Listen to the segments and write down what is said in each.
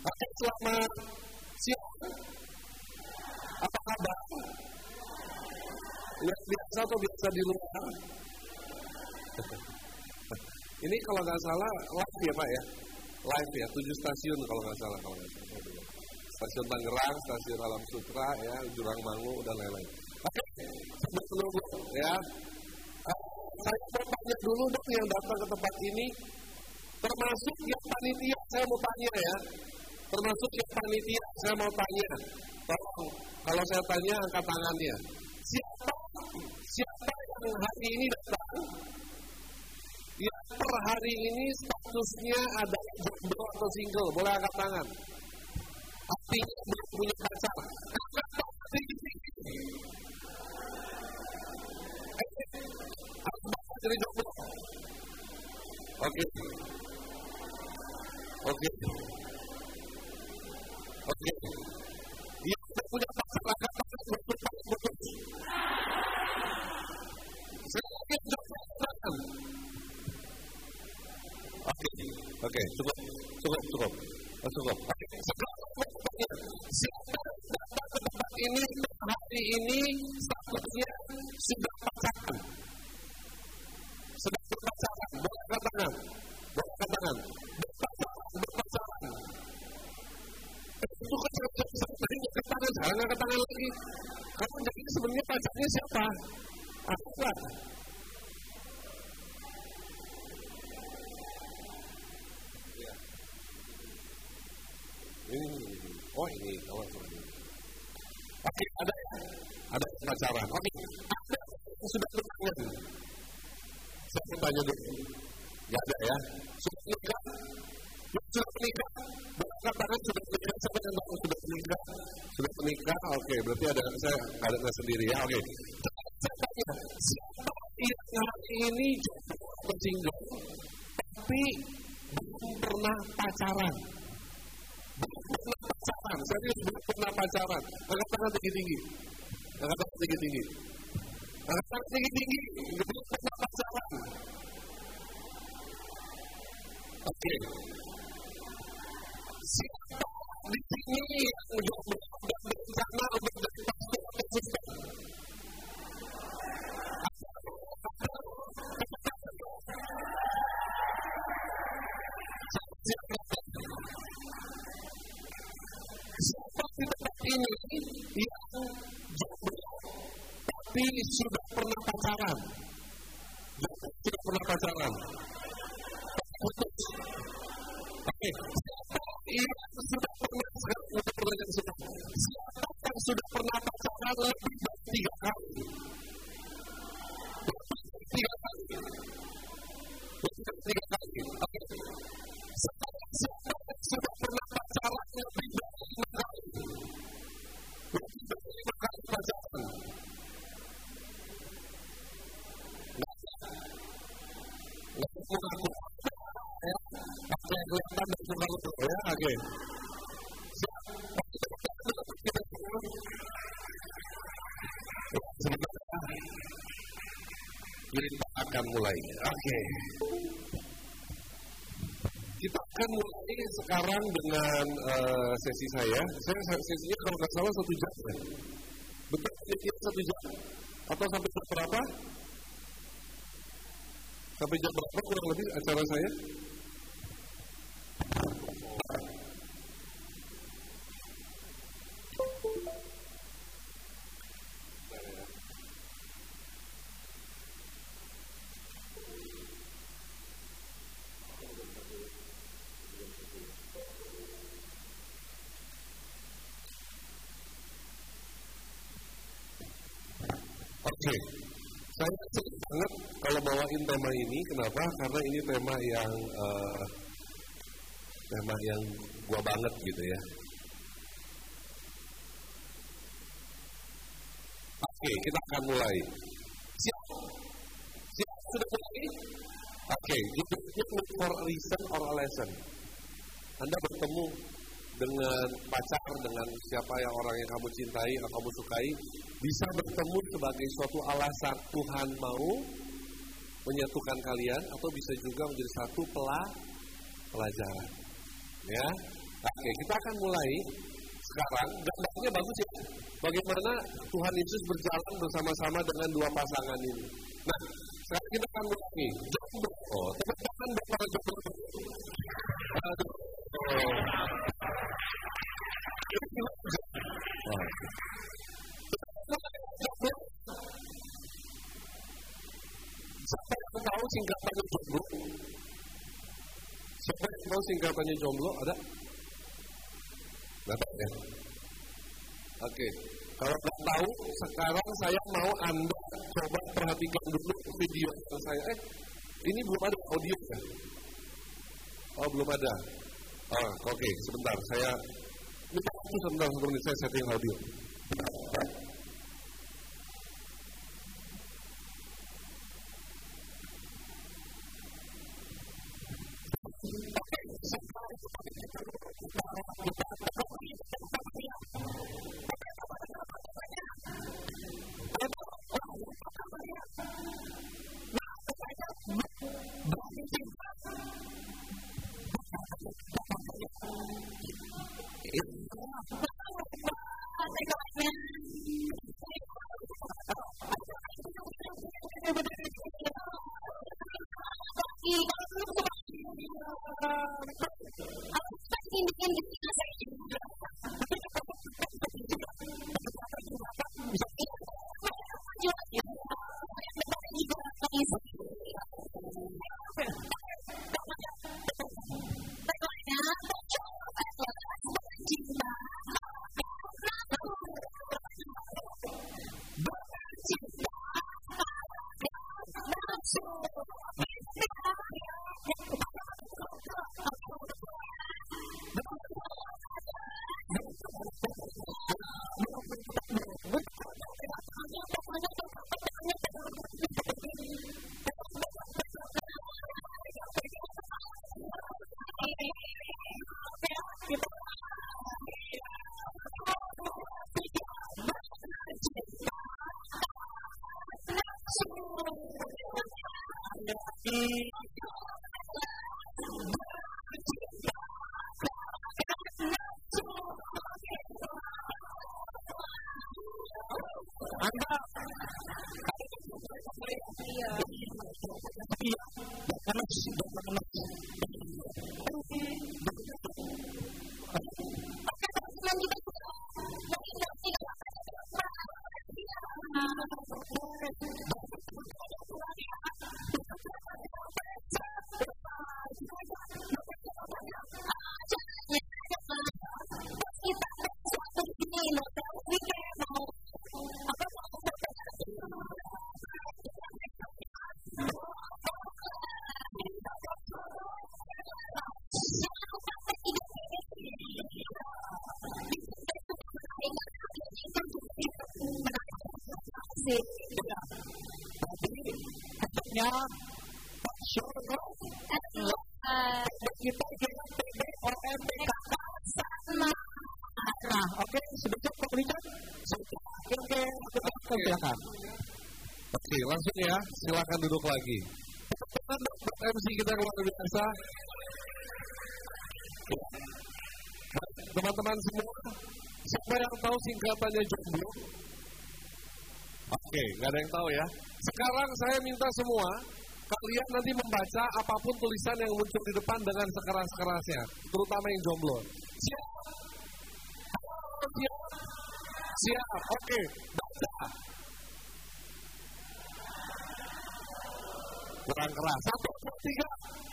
Selamat siang. Apa kabar? Lihat biasa atau biasa di luar? Ini kalau nggak salah live ya Pak ya? Live ya, 7 stasiun kalau nggak salah. Stasiun Tangerang, stasiun Alam Sutra, ya, Jurang Mangu, dan lain-lain. Oke, menunggu ya. Saya mau tanya dulu dong yang datang ke tempat ini, termasuk yang panitia, saya mau tanya ya. Termasuk yang panitia, saya mau tanya. Tolong, kalau saya tanya angkat tangannya. Siapa yang hari ini datang? Yang per hari ini statusnya ada jomblo atau single, boleh angkat tangan. Artinya belum punya pacar. Jadi jomblo. Oke. Dia sudah punya pacar, angkat tangan, betul. Saya ingin jomblo. Oke, cukup. Oke, siapa datang ke tempat ini hari ini statusnya sudah pacaran? Sudah berpacaran, boleh angkat tangan. Berpacaran. Itu kan tadi angkat tangan, jangan angkat tangan lagi. Kamu jadi sebenarnya pacarnya siapa? Apa? Ini Oke, ada pacaran. Oke, ada yang sudah berpacaran. Saya mau tanya dulu. Gak ada ya? Sudah menikah? Katakan sudah menikah. Siapa yang tahu sudah menikah? Sudah menikah? Oke, berarti saya ada sendiri ya. Oke. Saya tanya, siapa yang hari ini jomblo atau single, tapi belum pernah pacaran? Serius belum pernah pacaran. Angkat tangan tinggi-tinggi. Belum pernah pacaran. Oke. Siapa di sini yang jomblo dan berencana untuk jadi pastor atau suster? Ini yang jomblo tapi sudah pernah pacaran. Putus. Oke. Siapa yang sudah pernah siapa yang sudah pernah pacaran lebih dari 3 kali? Oke. Siapa yang sudah pernah pacaran lebih dari 5 kali? Pacaran. Kelihatan dari muka lu ya, oke. Kita akan mulai. Oke. Kita akan mulai sekarang dengan sesi saya. Sesinya kalau nggak salah 1 jam. Betul, sesinya 1 jam. Atau sampai jam berapa? Sampai jam berapa kurang lebih acara saya? Oke, saya senang banget kalau bawain tema ini. Kenapa? Karena ini tema yang gua banget gitu ya. Oke, kita akan mulai. Siap sudah mulai? Oke, judulnya look for a reason or a lesson. Anda bertemu dengan pacar, dengan siapa yang orang yang kamu cintai atau kamu sukai, bisa bertemu sebagai suatu alasan Tuhan mau menyatukan kalian, atau bisa juga menjadi satu pelajaran. Ya, Oke, kita akan mulai sekarang. Gambarnya bagus ya. Bagaimana Tuhan Yesus berjalan bersama-sama dengan dua pasangan ini. Nah, sekarang kita akan mulai. Oh, teman-teman para jomblo. Siapa yang tahu singkatannya jomblo? Siapa yang tahu singkatannya jomblo? Ada? Nggak tahu ya? Oke, kalau nggak tahu, sekarang saya mau Anda coba perhatikan dulu video yang saya. Ini belum ada audio ya? Oh, belum ada. Oh, oke, sebentar. Saya minta waktu sebentar sebelum saya setting audio. Oke, langsung ya, silakan duduk lagi. MC kita luar biasa. Teman-teman semua, siapa yang tahu singkatannya jomblo? Oke, nggak ada yang tahu ya. Sekarang saya minta semua kalian nanti membaca apapun tulisan yang muncul di depan dengan sekeras-kerasnya, terutama yang jomblo. Siap? Siap? Siap, oke, baca. Kurang keras. 1, 2, 3.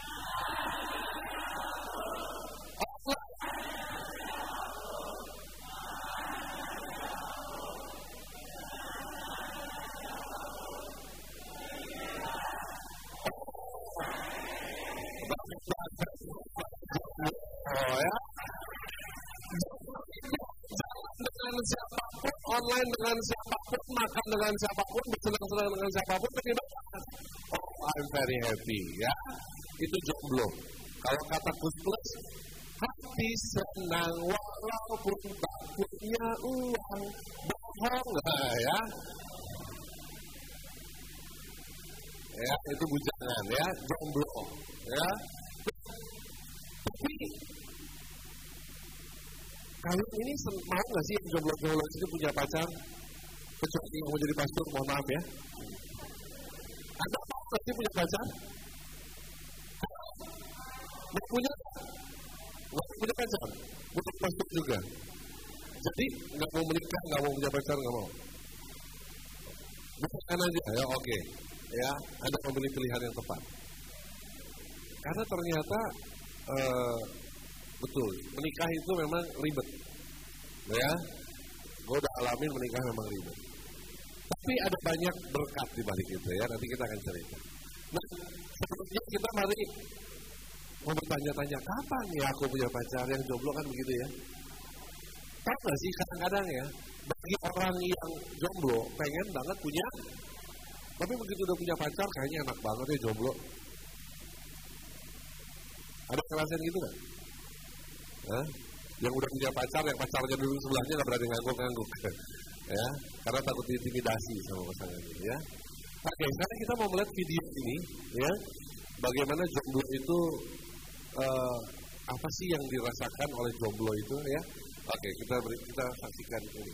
Dengan siapapun, online dengan siapapun, makan dengan siapapun, bersenang-senang dengan siapapun, kebebasan. Oh, I'm very happy, ya. Itu jomblo. Kalau kata Gus Plus, hati senang walaupun tak punya uang, bohong lah ya. Ya, itu bujangan ya, jomblo, ya. Tapi Kalian ini mau nggak sih yang jomblo-jomblo itu punya pacar? Kecuali yang mau jadi pastor, mohon maaf ya. Anda mau nggak sih punya pacar? Mau punya? Nggak punya pacar? Butuh pastor juga. Jadi nggak mau menikah, nggak mau punya pacar, nggak mau. Bukan aja, ya oke. Ya, Anda memilih pilihan yang tepat. Karena ternyata betul, menikah itu memang ribet. Ya, gue udah alamin menikah memang ribet. Tapi ada banyak berkat di balik itu ya, nanti kita akan cerita. Nah, sebelumnya kita mari mau bertanya-tanya, kapan ya aku punya pacar? Yang jomblo kan begitu ya. Tahu gak sih kadang-kadang ya, bagi orang yang jomblo pengen banget punya, tapi begitu udah punya pacar kayaknya enak banget ya jomblo. Ada ngerasain gitu gak? Hah? Yang udah punya pacar, yang pacarnya dulu sebelahnya gak berani ngangguk-ngangguk ya, karena takut diintimidasi sama pasangan ya. Oke, sekarang kita mau melihat video ini ya, bagaimana jomblo itu apa sih yang dirasakan oleh jomblo itu ya. Oke, kita saksikan ini.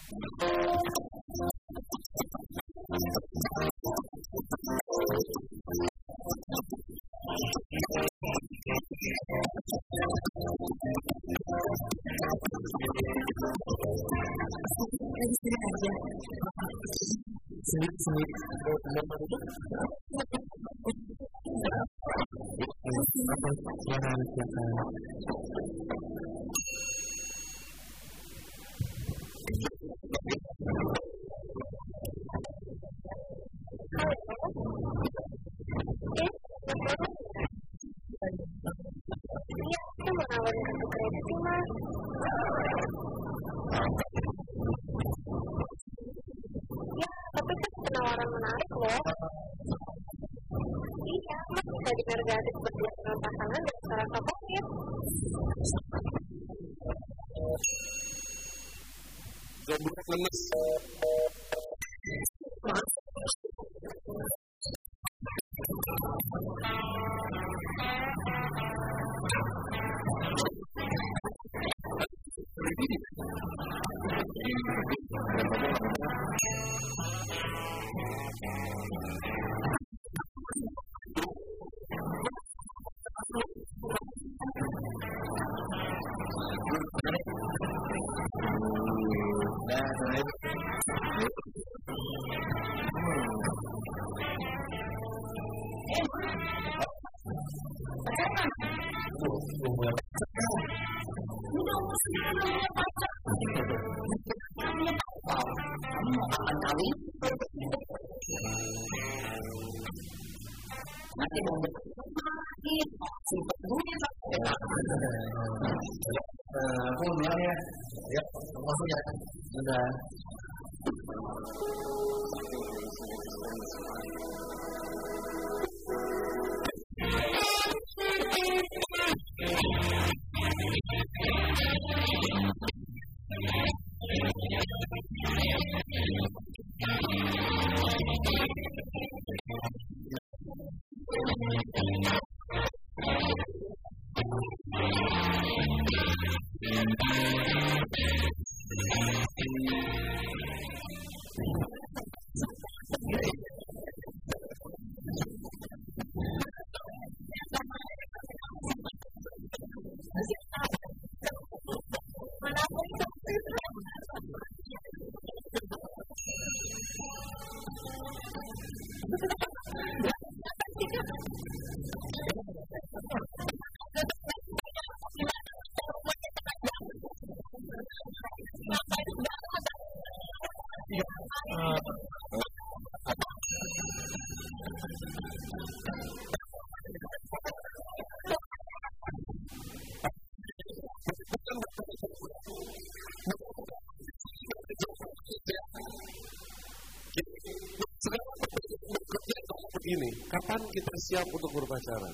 Begini, kapan kita siap untuk berpacaran?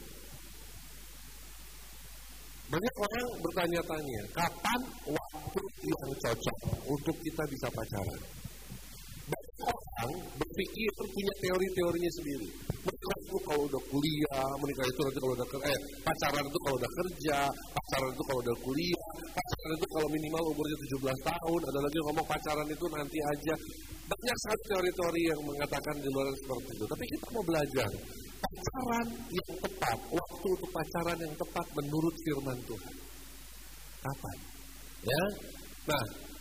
Banyak orang bertanya-tanya, kapan waktu yang cocok untuk kita bisa pacaran? Banyak orang berpikir punya teori-teorinya sendiri. Menikah itu kalau udah kuliah, menikah itu nanti kalau udah pacaran itu kalau udah kerja, pacaran itu kalau udah kuliah, pacaran itu kalau minimal umurnya 17 tahun, ada lagi yang ngomong pacaran itu nanti aja. Banyak sekali teori-teori yang mengatakan di luar seperti itu. Tapi kita mau belajar pacaran yang tepat, waktu untuk pacaran yang tepat menurut firman Tuhan. Kapan? Ya. Nah,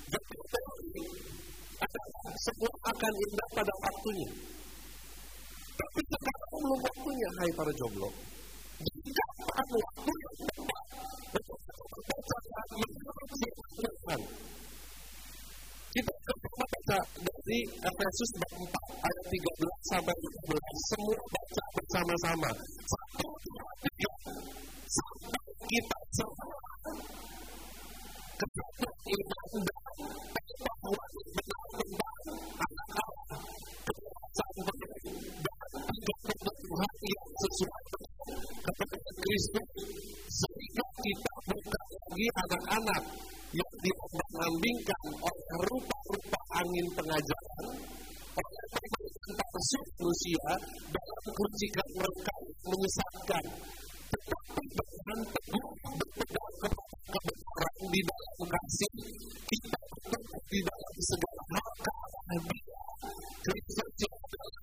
semua akan indah pada waktunya. Tapi sekarang belum waktunya, hai para jomblo. Kapan waktu yang tepat pacaran menurut firman Tuhan? Kita baca dari Efesus 4 ayat 13 sampai 15. Semua baca bersama-sama. 1, 2, 3. Sampai kita semua kesatuan iman dan pengetahuan benar tentang anak Allah, kebenaran dan kebutuhan yang sesuai kepada Kristus, sehingga kita bukan lagi anak-anak yang diambang-ambingkan oleh rupa-rupa angin pengajaran, oleh pemerintahan manusia dalam kerucikan mereka menyesatkan, tetapi dengan teguh berpegang kepada kebenaran di dalam kasih, kita bertumbuh di dalam segala hal karena Dia Kristus yang adalah.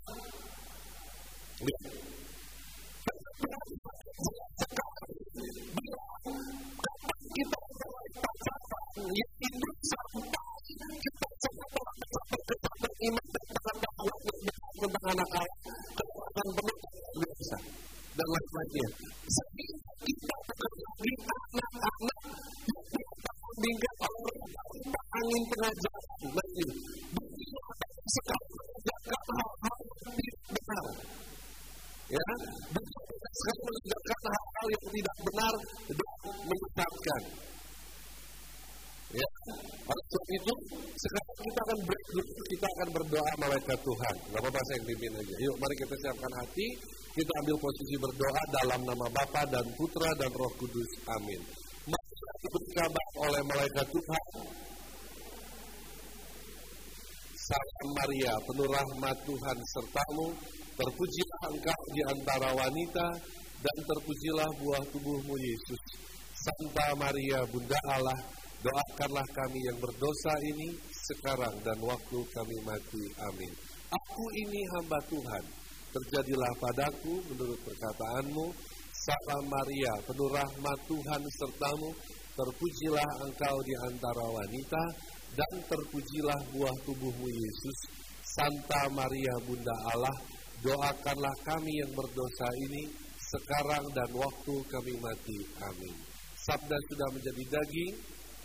Kita mulai pacaran, yaitu sampai kita semua bersama iman dan pengetahuan tentang anak Allah, kebenaran penuh biasa dan lain-lainnya. Sehingga kita bukan lagi anak-anak yang diambingkan oleh angin pengajaran. Nah ini, dunia sekarang mengajarkan hal-hal yang tidak benar. Ya, dunia sekarang mengajarkan hal-hal yang tidak benar dan menyesatkan. Ya, oleh sebab itu sekarang kita akan break dulu, kita akan berdoa malaikat Tuhan. Gak apa-apa, saya yang pimpin aja. Yuk, mari kita siapkan hati, kita ambil posisi berdoa dalam nama Bapa dan Putra dan Roh Kudus. Amin. Mari diberi kabar oleh malaikat Tuhan. Salam Maria, penuh rahmat Tuhan sertamu, terpujilah engkau di antara wanita, dan terpujilah buah tubuhmu Yesus. Santa Maria, Bunda Allah, doakanlah kami yang berdosa ini sekarang dan waktu kami mati. Amin. Aku ini hamba Tuhan, terjadilah padaku menurut perkataanmu. Salam Maria, penuh rahmat Tuhan sertamu, terpujilah engkau di antara wanita, dan terpujilah buah tubuhmu Yesus. Santa Maria, Bunda Allah, doakanlah kami yang berdosa ini sekarang dan waktu kami mati. Amin. Sabda sudah menjadi daging.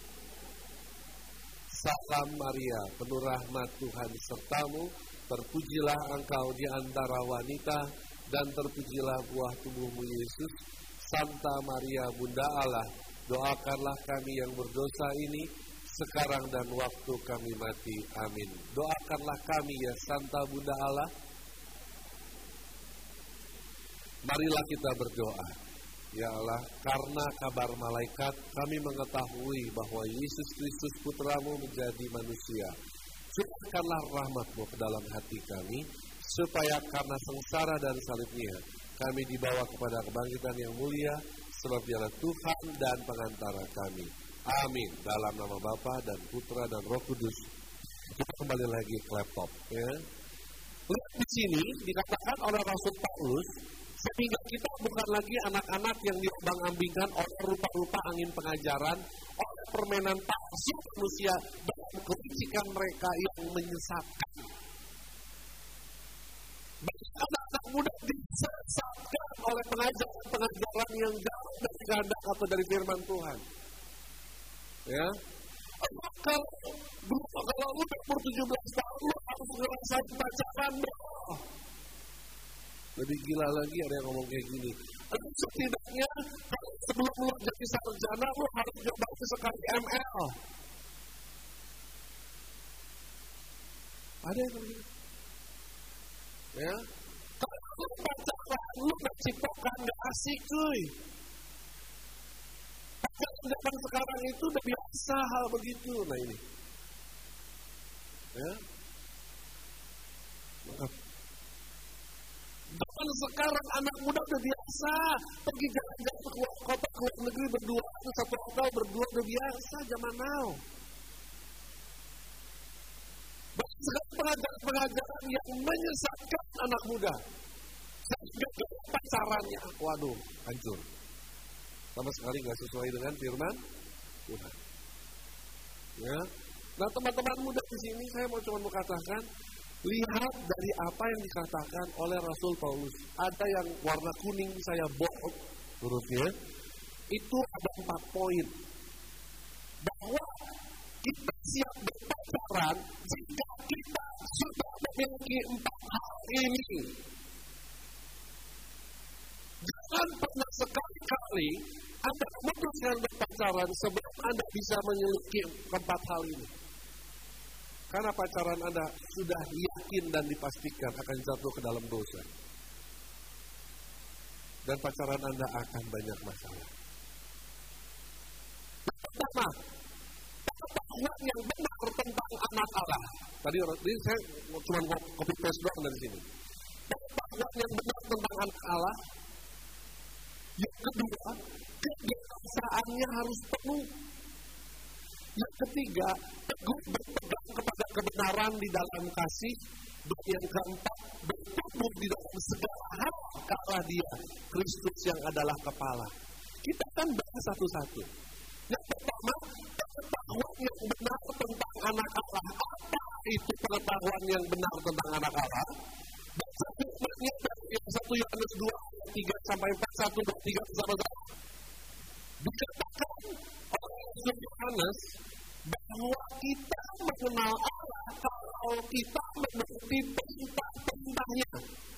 Salam Maria, penuh rahmat Tuhan sertamu, terpujilah engkau di antara wanita, dan terpujilah buah tubuhmu Yesus. Santa Maria, Bunda Allah, doakanlah kami yang berdosa ini sekarang dan waktu kami mati. Amin. Doakanlah kami ya Santa Bunda Allah. Marilah kita berdoa. Ya Allah, karena kabar malaikat kami mengetahui bahwa Yesus Kristus Putramu menjadi manusia. Curahkanlah rahmat-Mu ke dalam hati kami, supaya karena sengsara dan salibnya kami dibawa kepada kebangkitan yang mulia, sebab Dialah Tuhan dan pengantara kami. Amin. Dalam nama Bapa dan Putra dan Roh Kudus. Kita kembali lagi ke laptop. Ya. Lihat di sini dikatakan oleh Rasul Paulus, sehingga kita bukan lagi anak-anak yang diambang-ambingkan oleh rupa-rupa angin pengajaran, oleh permainan palsu manusia dalam kerucikan mereka yang menyesatkan. Banyak anak-anak muda disesatkan oleh pengajaran-pengajaran yang jauh dari kehendak atau dari firman Tuhan. Ya, kalau udah umur 17 tahun lu harus ngerasain pacaran dong. Lebih gila lagi ada yang ngomong kayak gini. Setidaknya sebelum lu jadi sarjana lu harus coba sekali ML. Ada yang begini. Ya, kalau lu pacaran lu gak cipokan gak asik cuy. Zaman sekarang itu udah biasa hal begitu. Nah ini, ya, maaf. Zaman sekarang anak muda udah biasa pergi jalan-jalan ke luar kota, ke luar negeri berdua, satu hotel berdua udah biasa zaman now. Banyak sekali pengajaran yang menyesatkan anak muda. Sehingga pacarannya, waduh, hancur. Sama sekali nggak sesuai dengan firman Tuhan. Ya. Nah, teman-teman muda di sini saya mau katakan, lihat dari apa yang dikatakan oleh Rasul Paulus. Ada yang warna kuning saya bold hurufnya. Itu ada 4 poin. Bahwa kita siap berpacaran jika kita sudah memiliki 4 hal ini. Jangan pernah sekali-kali Anda memutuskan berpacaran sebelum Anda bisa memiliki 4 hal ini. Karena pacaran Anda sudah yakin dan dipastikan akan jatuh ke dalam dosa. Dan pacaran Anda akan banyak masalah. Pertama, pengetahuan yang benar tentang anak Allah. Tadi saya cuma copy paste doang dari sini. Pengetahuan yang benar tentang anak Allah. Yang kedua, kebiasaannya harus penuh. Yang ketiga, teguh berpegang kepada kebenaran di dalam kasih. Dan yang keempat, bertumbuh di dalam segala hal ke arah Dia, Kristus yang adalah kepala. Kita akan bahas satu-satu. Yang pertama, pengetahuan yang benar tentang anak Allah. Apa itu pengetahuan yang benar tentang anak Allah? Baca firman-Nya dari 1 Yohanes 2 ayat 3 sampai 4, 1, 2, 3 bersama-sama. Dikatakan oleh Yohanes bahwa kita mengenal Allah kalau kita menuruti perintah-perintahnya.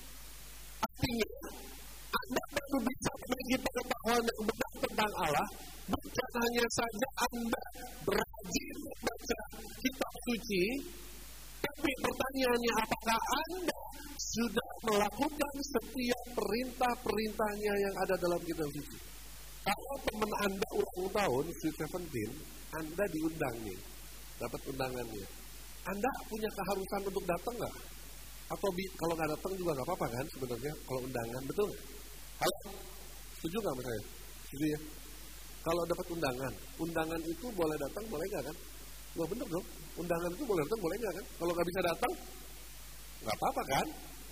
Artinya, Anda baru bisa memiliki pengetahuan yang benar tentang Allah, bukan hanya saja Anda rajin membaca kitab suci, tapi pertanyaannya apakah Anda sudah melakukan setiap perintah-perintahnya yang ada dalam kitab suci. Kalau teman Anda ulang tahun, Sweet 17, Anda diundang nih, dapat undangannya. Anda punya keharusan untuk datang nggak? Atau kalau nggak datang juga nggak apa-apa kan sebenarnya kalau undangan, betul nggak? Halo, setuju nggak sama saya? Setuju ya? Kalau dapat undangan itu boleh datang, boleh nggak kan? Nggak bener dong, undangan itu boleh datang, boleh nggak kan? Kalau nggak bisa datang, nggak apa-apa kan?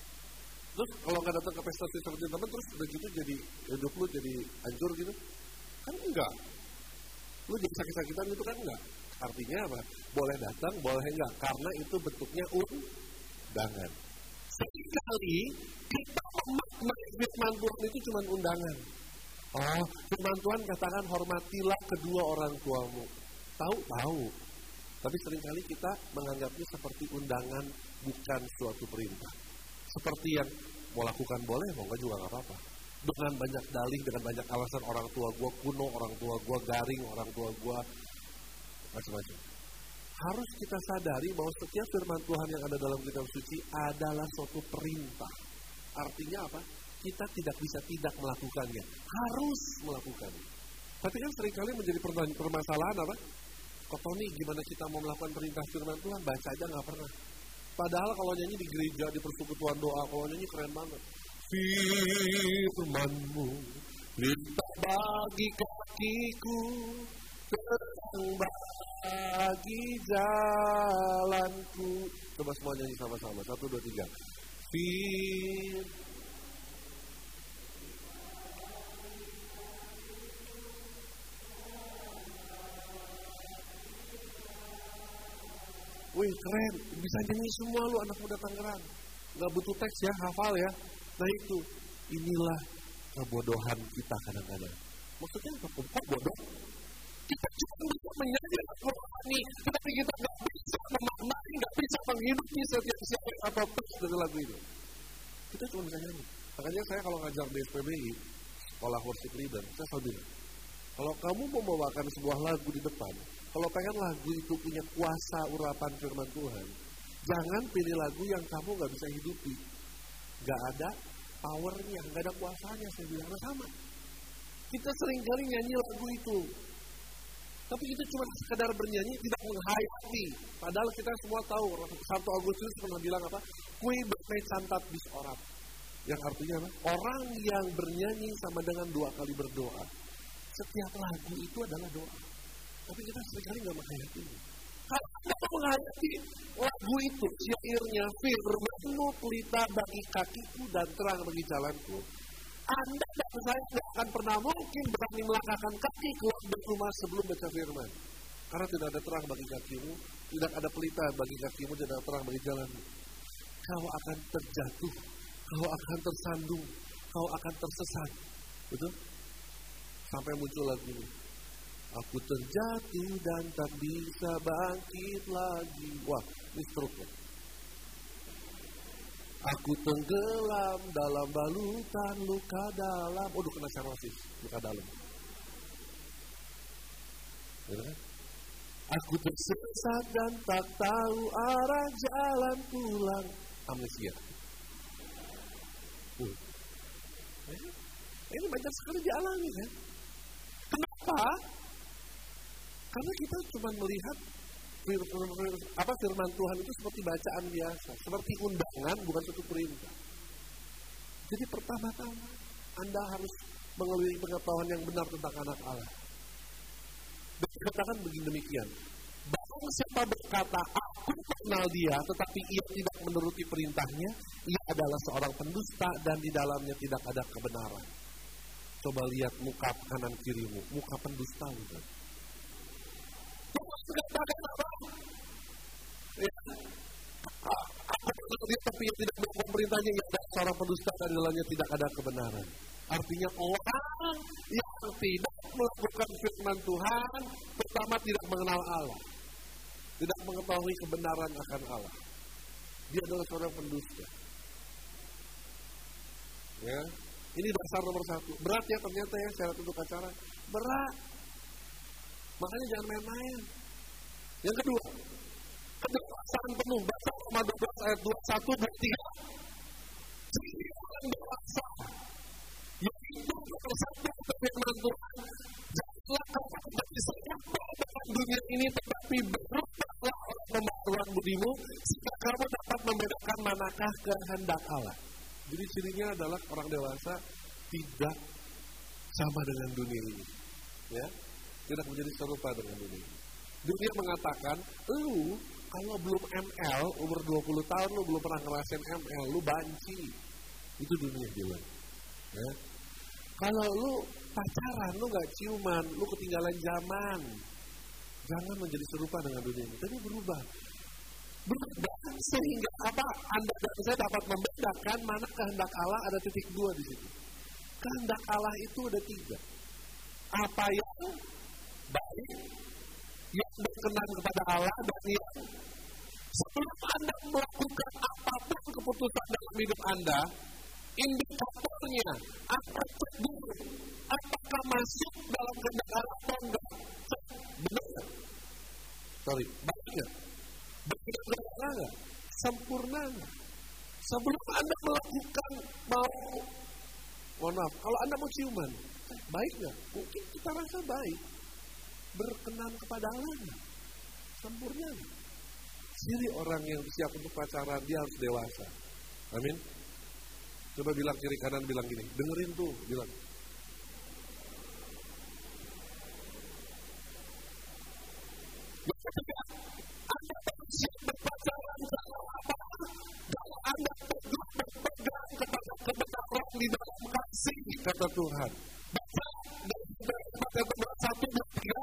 Terus kalau nggak datang ke pesta seperti teman, terus udah gitu jadi hidup lu jadi hancur gitu? Kan enggak. Lu jadi sakit-sakitan gitu kan enggak? Artinya apa? Boleh datang, boleh enggak? Karena itu bentuknya undangan. Seringkali kita memaknai firman Tuhan itu cuma undangan. Oh, firman Tuhan katakan hormatilah kedua orang tuamu. Tahu. Tapi seringkali kita menganggapnya seperti undangan, bukan suatu perintah. Seperti yang mau lakukan boleh, mau enggak juga enggak apa-apa. Dengan banyak dalih, dengan banyak alasan orang tua gue kuno, orang tua gue garing, orang tua gue macam-macam. Harus kita sadari bahwa setiap firman Tuhan yang ada dalam kitab suci adalah suatu perintah. Artinya apa? Kita tidak bisa tidak melakukannya. Harus melakukannya. Tapi kan seringkali menjadi permasalahan apa? Kok Tony, gimana kita mau melakukan perintah firman Tuhan? Baca aja nggak pernah. Padahal kalau nyanyi di gereja, di persekutuan doa, kalau nyanyi keren banget. Firman-Mu lintah bagi kakiku, terang bagi jalanku. Coba semua nyanyi sama-sama. 1, 2, 3. Wih keren, bisa nyanyi semua lu anak muda Tangerang. Gak butuh teks ya, hafal ya. Nah itu, inilah kebodohan kita kadang-kadang. Maksudnya kok bodoh? Kita cuma bisa menyanyi lagu rohani, tapi kita gak bisa memaknai, gak bisa menghidupi setiap siapa atau teks dari lagu itu. Kita cuma bisa nyanyi. Makanya saya kalau ngajar di SPBI, sekolah worship leader, saya selalu bilang, kalau kamu mau membawakan sebuah lagu di depan, kalau pengen lagu itu punya kuasa urapan firman Tuhan, jangan pilih lagu yang kamu gak bisa hidupi. Gak ada powernya, gak ada kuasanya, saya bilang sama. Kita seringkali nyanyi lagu itu, tapi itu cuma sekedar bernyanyi, tidak menghayati. Padahal kita semua tahu, 1 Agustus pernah bilang apa? Kui bermain santat bis orang. Yang artinya apa? Orang yang bernyanyi sama dengan 2 kali berdoa. Setiap lagu itu adalah doa. Tapi kita seringkali nggak menghayati ini. Kalau Anda menghayati lagu itu, syairnya, firman-Mu pelita bagi kakiku dan terang bagi jalanku, Anda dan saya tidak akan pernah mungkin berani melangkahkan kaki keluar dari rumah sebelum baca firman. Karena tidak ada terang bagi kakimu, tidak ada pelita bagi kakimu, tidak ada terang bagi jalanmu. Kau akan terjatuh, kau akan tersandung, kau akan tersesat. Betul? Sampai muncul lagi ini. Aku terjatuh dan tak bisa bangkit lagi. Wah, ini stroke ya. Aku tenggelam dalam balutan luka dalam. Waduh, kena serosis, luka dalam. Ya, kan? Aku tersesat dan tak tahu arah jalan pulang. Amnesia. Ini banyak sekali dialami kan. Kenapa? Karena kita cuma melihat firman Tuhan itu seperti bacaan biasa, seperti undangan, bukan suatu perintah. Jadi pertama-tama Anda harus mengalami pengetahuan yang benar tentang anak Allah. Dan dikatakan begini demikian, barang siapa berkata, aku kenal dia, tetapi ia tidak menuruti perintahnya, ia adalah seorang pendusta dan di dalamnya tidak ada kebenaran. Coba lihat muka kanan kirimu, muka pendusta bukan? Katakan apa? Ya. Aku kenal dia tapi ia tidak melakukan perintahnya, ia adalah seorang pendusta dan di dalamnya tidak ada kebenaran. Artinya orang yang tidak melakukan firman Tuhan, pertama tidak mengenal Allah, tidak mengetahui kebenaran akan Allah. Dia adalah seorang pendusta. Ya, ini dasar nomor 1. Berat ya ternyata ya syarat untuk pacaran. Berat. Makanya jangan main-main. Yang kedua, kedewasaan penuh. Baca Roma 12 ayat 21, 23. Jadi orang dewasa yang hidup bersatu dengan firman Tuhan, janganlah kamu menjadi serupa dengan dunia ini, tetapi berubahlah oleh pembaharuan budimu, sehingga kamu dapat membedakan manakah kehendak Allah. Jadi cirinya adalah orang dewasa tidak sama dengan dunia ini, ya, tidak menjadi serupa dengan dunia ini. Dunia mengatakan, lu kalau belum ML, umur 20 tahun lu belum pernah ngerasain ML, lu banci. Itu dunia bilang. Ya. Kalau lu pacaran, lu gak ciuman, lu ketinggalan zaman. Jangan menjadi serupa dengan dunia ini. Tapi berubah sehingga apa? Anda dan saya dapat membedakan mana kehendak Allah. Ada titik 2 di situ. Kehendak Allah itu ada 3. Apa yang baik, yang berkenan kepada Allah, dan yang sebelum Anda melakukan apapun keputusan dalam hidup Anda, indikatornya apa tegur, apakah masuk dalam kehendak Allah atau enggak? Benar nggak? Baik nggak? Berkenan nggak? Sempurna nggak? Sebelum Anda melakukan mohon maaf, kalau Anda mau ciuman, baik nggak? Mungkin kita rasa baik. Berkenan kepada Allah nggak? Sempurna nggak? Ciri orang yang siap untuk pacaran, dia harus dewasa. Amin. Coba bilang kiri kanan, bilang gini, dengerin tuh, bilang. Anda siap berpacaran kalau apa? Kalau Anda berpegang kepada kebenaran di dalam kasih, kata Tuhan. Baca dari Matius 1, 23.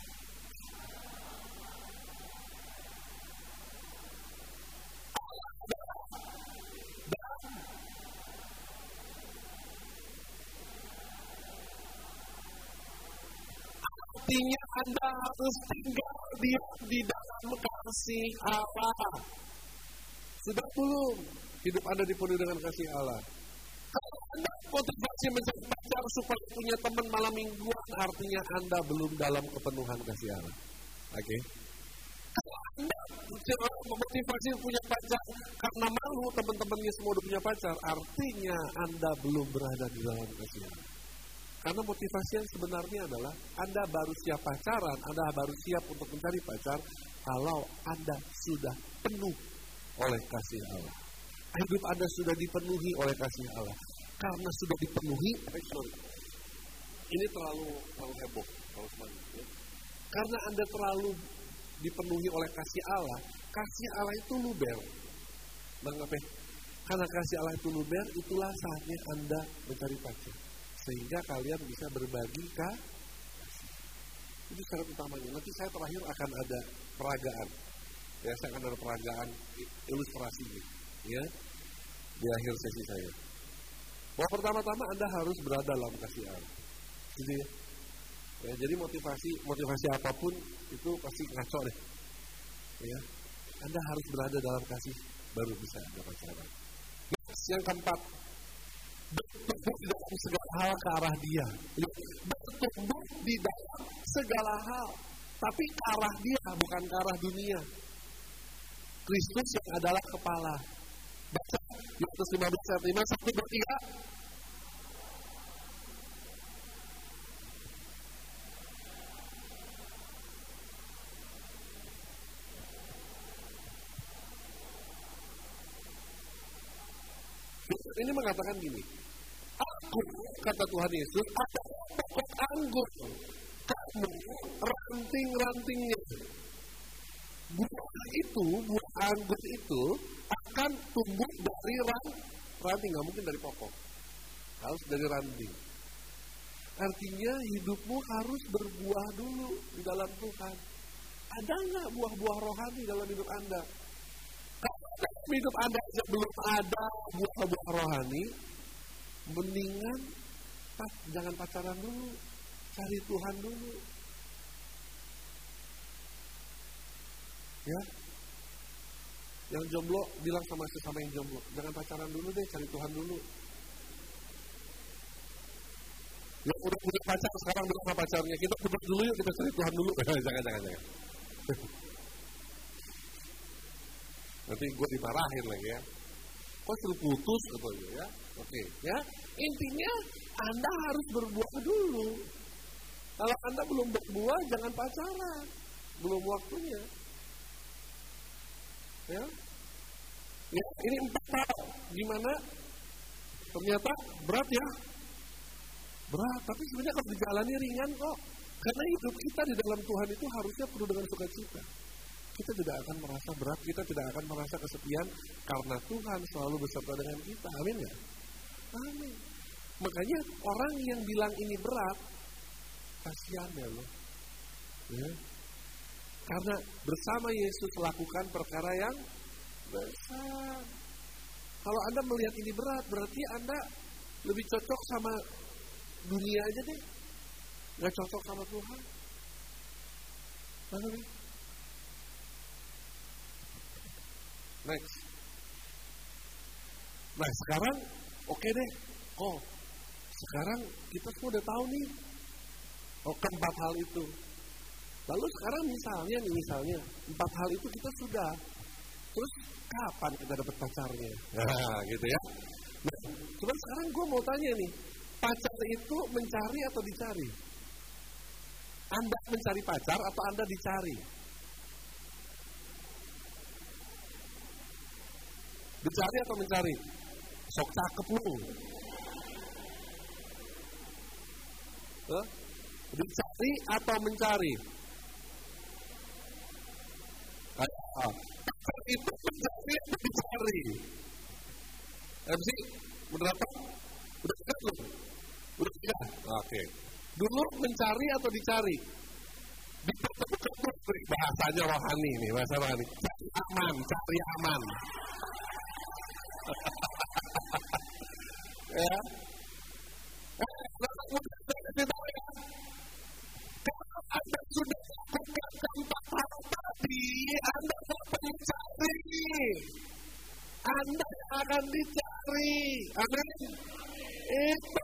Artinya Anda harus tinggal di dalam kasih Allah. Sudah belum hidup Anda dipenuhi dengan kasih Allah? Kalau Anda motivasi mencari pacar supaya punya teman malam mingguan, artinya Anda belum dalam kepenuhan kasih Allah. Oke? Kalau Anda motivasi punya pacar karena malu teman-temannya semua udah punya pacar, artinya Anda belum berada di dalam kasih Allah. Karena motivasi yang sebenarnya adalah Anda baru siap pacaran, Anda baru siap untuk mencari pacar kalau Anda sudah penuh oleh kasih Allah. hidup Anda sudah dipenuhi oleh kasih Allah. Karena sudah dipenuhi, ini terlalu heboh kalau semuanya. Ya. Karena Anda terlalu dipenuhi oleh kasih Allah itu luber. Mengapa? Karena kasih Allah itu luber, itulah saatnya Anda mencari pacar. Sehingga kalian bisa berbagi kasih. Itu syarat utamanya. Nanti saya terakhir akan ada peragaan. Ya, saya akan ada peragaan ilustrasi ya, di akhir sesi saya. Bahwa pertama-tama Anda harus berada dalam kasih Allah. Gitu ya. Ya, jadi motivasi apapun itu pasti ngaco deh. Ya. Anda harus berada dalam kasih baru bisa ada pacaran. Yang keempat, bertumbuh di dalam segala hal ke arah Dia. Bertumbuh di dalam segala hal, tapi ke arah Dia, bukan ke arah dunia. Kristus yang adalah kepala. Baca Yohanes 15 ayat 5, 1, 2, 3. Ini mengatakan gini, aku, kata Tuhan Yesus, adalah pokok anggur, kamu ranting-rantingnya. Buah anggur itu akan tumbuh dari ranting, nggak mungkin dari pokok, harus dari ranting. Artinya hidupmu harus berbuah dulu di dalam Tuhan. Ada nggak buah-buah rohani dalam hidup Anda? Kalau hidup Anda belum ada buah-buah rohani, mendingan jangan pacaran dulu, cari Tuhan dulu. Ya, yang jomblo bilang sama sesama yang jomblo, jangan pacaran dulu deh, cari Tuhan dulu. Yang udah punya pacar sekarang bilang sama pacarnya, kita putus dulu yuk, kita cari Tuhan dulu. Jangan. Nanti gue dimarahin lagi ya. Kok suruh putus gitu ya? Oke, ya. Intinya Anda harus berbuah dulu. Kalau Anda belum berbuah, jangan pacaran, belum waktunya. Ya, ini 4 hal gimana ternyata berat ya, berat. Tapi sebenarnya kalau dijalani ringan kok. Karena hidup kita di dalam Tuhan itu harusnya penuh dengan sukacita. Kita tidak akan merasa berat, kita tidak akan merasa kesepian karena Tuhan selalu beserta dengan kita. Amin ya? Amin. Makanya orang yang bilang ini berat, kasihan ya loh. Ya. Karena bersama Yesus lakukan perkara yang besar. Kalau Anda melihat ini berat, berarti Anda lebih cocok sama dunia aja deh. Gak cocok sama Tuhan. Mana nih? Next. Nah sekarang oke deh. Oh, sekarang kita semua udah tahu nih. Oh, keempat hal itu. Lalu sekarang misalnya 4 hal itu kita sudah. Terus kapan kita dapat pacarnya? Nah, gitu ya. Nah, cuman sekarang gue mau tanya nih, pacar itu mencari atau dicari? Anda mencari pacar atau Anda dicari? Dicari atau mencari? Sok cakep lu. Dicari atau mencari? Itu mencari atau dicari? MC, udah apa? Udah siap belum? Udah siap? Oke. Dulu mencari atau dicari? Dipertemukan bahasanya rohani nih, bahasa rohani. Cari aman. Ya. Kalau Anda sudah lakukan keempat hal tadi, Anda akan dicari. Anda akan dicari. Amin. Itu.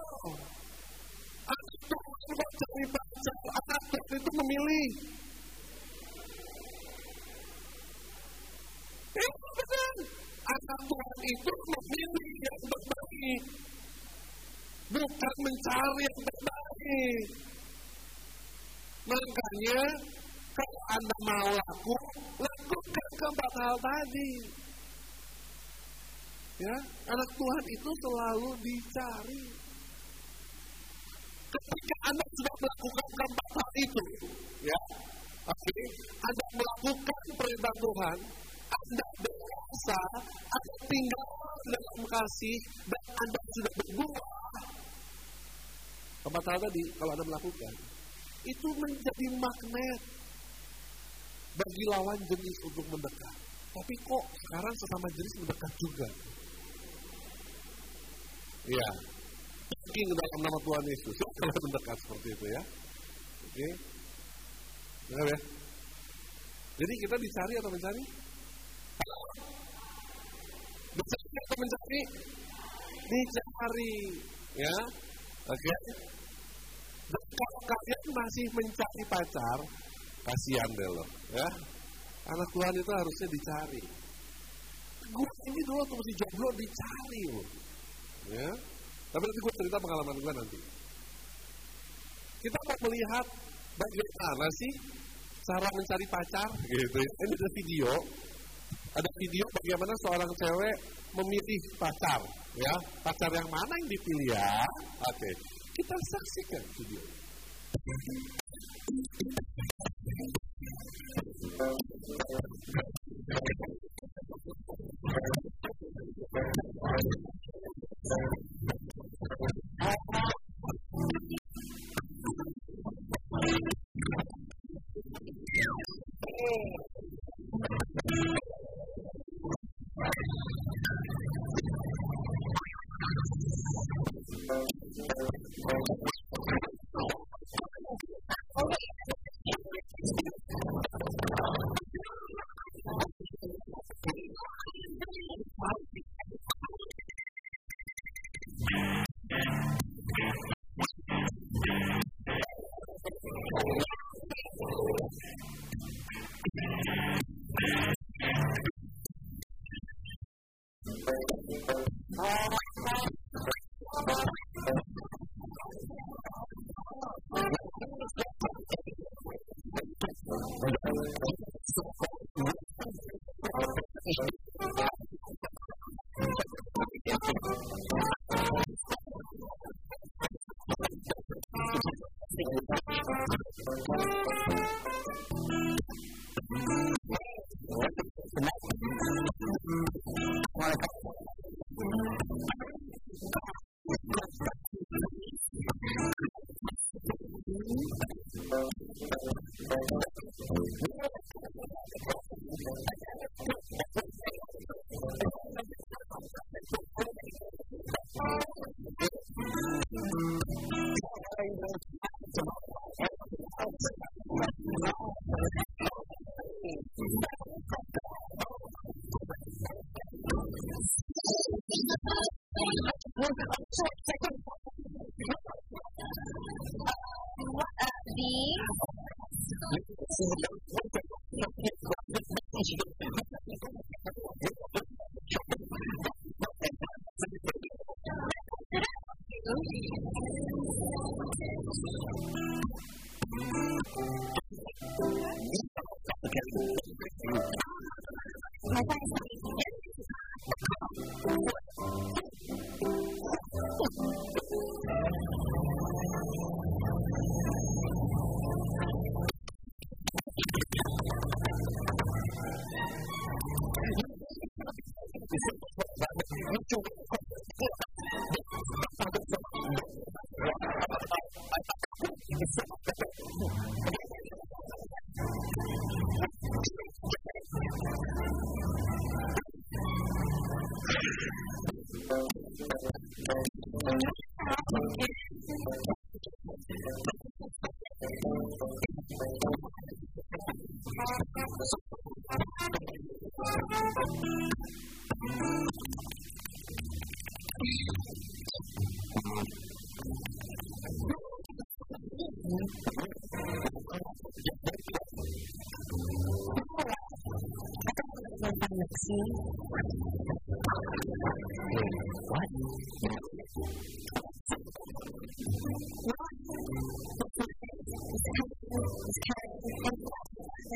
Anak Tuhan mencari pacar. Anak Tuhan itu memilih. Itu benar. Anak Tuhan itu memilih yang terbaik. Bukan mencari yang terbaik. Makanya kalau Anda mau lakukan keempat hal tadi. Ya, anak Tuhan itu selalu dicari. Ketika Anda sudah melakukan keempat hal itu, ya, oke, Anda melakukan perintah Tuhan, Anda berkuasa, Anda tinggal dalam kasih, dan Anda sudah berbuah. Keempat hal tadi, kalau Anda melakukan, itu menjadi magnet bagi lawan jenis untuk mendekat. Tapi kok sekarang sesama jenis mendekat juga? Ya, mungkin dalam nama Tuhan Yesus kalau mendekat seperti itu ya. Oke, benar ya. Jadi kita dicari atau mencari? Dicari atau mencari? Dicari, ya. Oke. Dan kalau kalian masih mencari pacar, kasihan deh loh, ya. Anak Tuhan itu harusnya dicari. Gue ini dulu waktu masih jomblo dicari loh. Ya, tapi nanti gue cerita pengalaman gue nanti. Kita mau melihat bagaimana sih cara mencari pacar, gitu. Ini ada video bagaimana seorang cewek memilih pacar, ya. Pacar yang mana yang dipilih ya? Oke, kita saksikan video.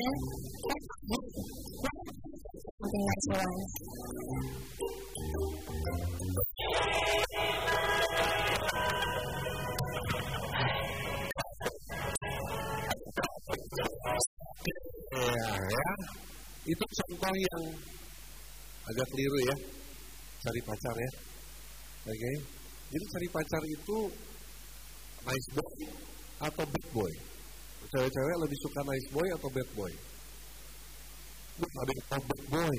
Something that's wrong. Ya. Itu contoh yang agak keliru ya. Cari pacar ya. Oke. Jadi cari pacar itu nice boy atau bad boy? Cewek-cewek lebih suka nice boy atau bad boy? Ada yang bad boy.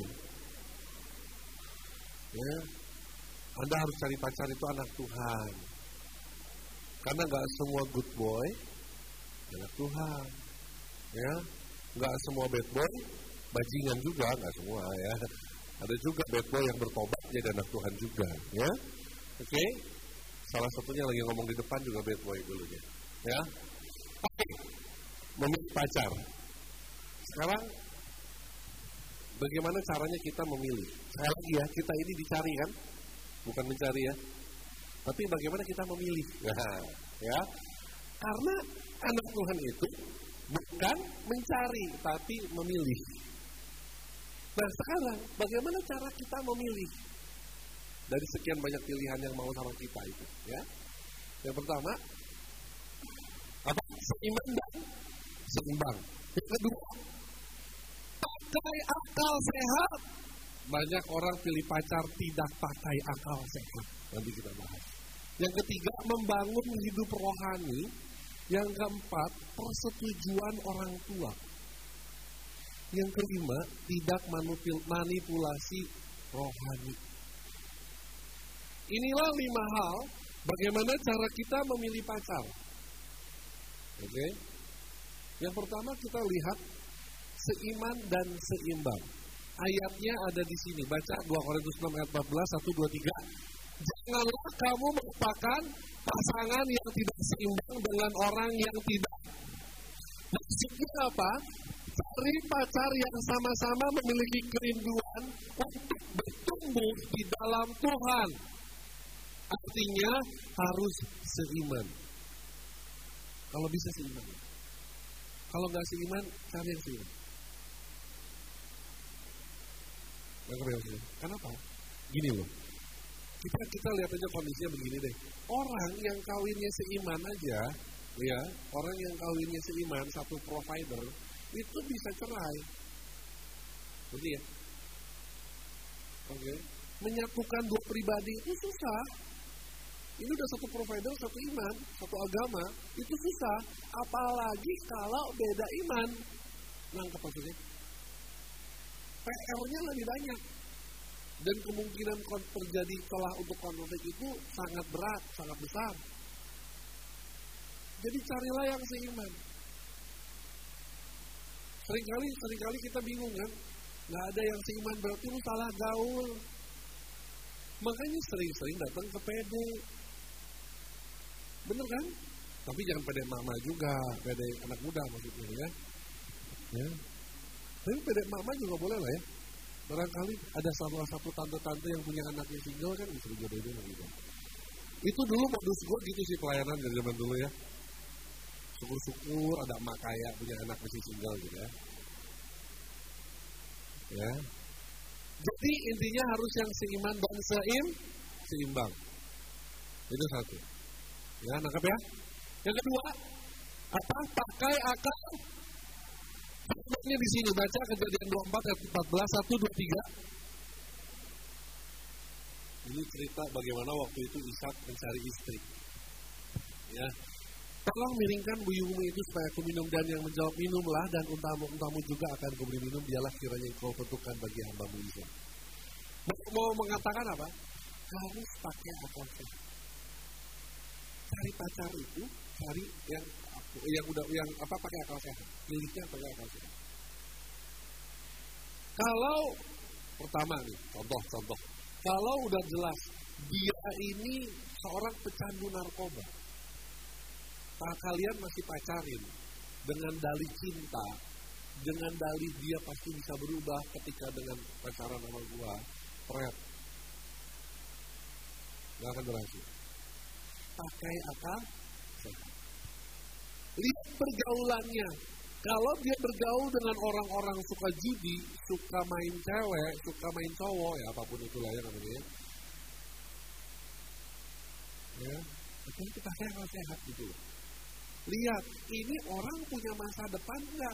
Ya. Anda harus cari pacar itu anak Tuhan. Karena gak semua good boy anak Tuhan. Ya. Gak semua bad boy bajingan juga, gak semua ya. Ada juga bad boy yang bertobat jadi anak Tuhan juga, ya. Oke. Salah satunya lagi ngomong di depan juga bad boy dulunya, ya. Oke. Memilih pacar. Sekarang bagaimana caranya kita memilih? Sekali lagi ya, kita ini dicari kan? Bukan mencari ya. Tapi bagaimana kita memilih? Nah, ya. Karena anak Tuhan itu bukan mencari, tapi memilih. Nah sekarang, bagaimana cara kita memilih? Dari sekian banyak pilihan yang mau sama kita itu, ya. Yang pertama, apa? Seiman dan seimbang. Yang kedua, pakai akal sehat. Banyak orang pilih pacar tidak pakai akal sehat. Nanti kita bahas. Yang ketiga, membangun hidup rohani. Yang keempat, persetujuan orang tua. Yang kelima, tidak manipulasi rohani. Inilah 5 hal bagaimana cara kita memilih pacar. Oke. Yang pertama kita lihat seiman dan seimbang. Ayatnya ada di sini. Baca 2 Korintus 6 ayat 14, 1, 2, 3. Janganlah kamu merupakan pasangan yang tidak seimbang dengan orang yang tidak. Maksudnya apa? Cari pacar yang sama-sama memiliki kerinduan untuk bertumbuh di dalam Tuhan. Artinya harus seiman. Kalau bisa seiman. Kalau nggak seiman, cari yang seiman. Kenapa? Gini loh. Kita lihat aja kondisinya begini deh. Orang yang kawinnya seiman aja, ya, orang yang kawinnya seiman satu provider itu bisa cerai. Betul ya? Oke. Menyatukan 2 pribadi itu susah. Ini udah satu provider, satu iman, satu agama, itu susah. Apalagi kalau beda iman. Nangkep maksudnya? PR-nya lebih banyak. Dan kemungkinan terjadi celah untuk konflik itu sangat berat, sangat besar. Jadi carilah yang seiman. Seringkali kita bingung kan, nggak ada yang seiman berarti lu salah gaul. Makanya sering-sering datang ke PD. Bener kan? Tapi jangan PD mama juga, PD anak muda maksudnya ya. Ya. Tapi PD mama juga boleh lah ya. Barangkali ada salah satu tante-tante yang punya anaknya single kan bisa dijodohin gitu. Itu dulu modus gue gitu sih pelayanan dari zaman dulu ya. Syukur-syukur ada emak kaya punya anak masih single gitu ya. Ya. Jadi intinya harus yang seiman dan seimbang. Itu satu. Ya, nangkap ya. Yang kedua, apa? Pakai akal. Sebenarnya di sini baca Kejadian 24 ayat 14, 1, 2, 3. Ini cerita bagaimana waktu itu Ishak mencari istri. Ya. Tolong miringkan buyungmu itu supaya aku minum, dan yang menjawab minumlah, dan untamu juga akan kuberi minum, dialah kiranya engkau tentukan bagi hambamu Ishak. Mau mengatakan apa? Harus pakai akal sehat. Cari pacar itu, cari yang pakai akal sehat. Pilihnya pakai akal sehat. Kalau pertama nih, contoh. Kalau udah jelas dia ini seorang pecandu narkoba, kalian masih pacarin dengan dalih cinta, dengan dalih dia pasti bisa berubah ketika dengan pacaran sama gua, nggak akan berhasil. Pakai akal sehat. Lihat pergaulannya. Kalau dia bergaul dengan orang-orang suka judi, suka main cewek, suka main cowok, ya apapun itulah ya namanya. Ya, tapi kita akal sehat gitu. Lihat, ini orang punya masa depan enggak?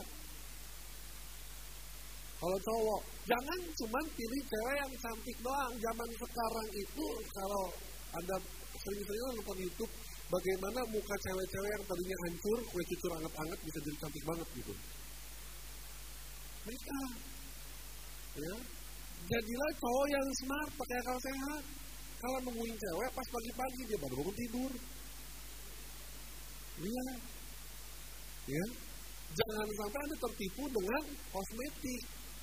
Kalau cowok, jangan cuma pilih cewek yang cantik doang. Zaman sekarang itu kalau Anda sering-sering nonton YouTube, bagaimana muka cewek-cewek yang tadinya hancur, kue cucur anget-anget bisa jadi cantik banget gitu. Mereka, ya, jadilah cowok yang smart, pakai akal sehat. Kalau nemuin cewek pas pagi-pagi dia baru bangun tidur. Lihat, ya, jangan sampai Anda tertipu dengan kosmetik.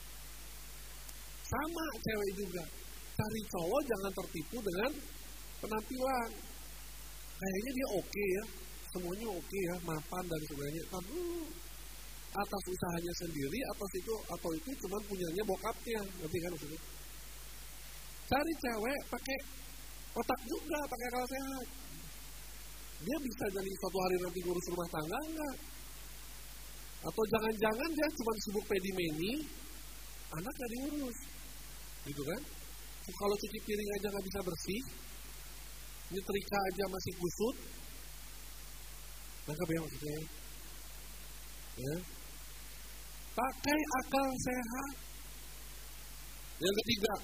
Sama cewek juga, cari cowok jangan tertipu dengan penampilan. Kayaknya dia oke ya, semuanya oke ya, mapan dan sebagainya. Tapi atas usahanya sendiri, atau itu cuma punyanya bokapnya, ngerti kan maksudnya? Cari cewek pakai otak juga, pakai akal sehat. Dia bisa jadi suatu hari nanti ngurus rumah tangga enggak? Atau jangan-jangan dia cuma sibuk pedimeni, anak gak diurus, gitu kan? Kalau cuci piring aja gak bisa bersih, nyetrika aja masih kusut, nangkep ya maksudnya? Ya. Pakai akal sehat. Yang ketiga,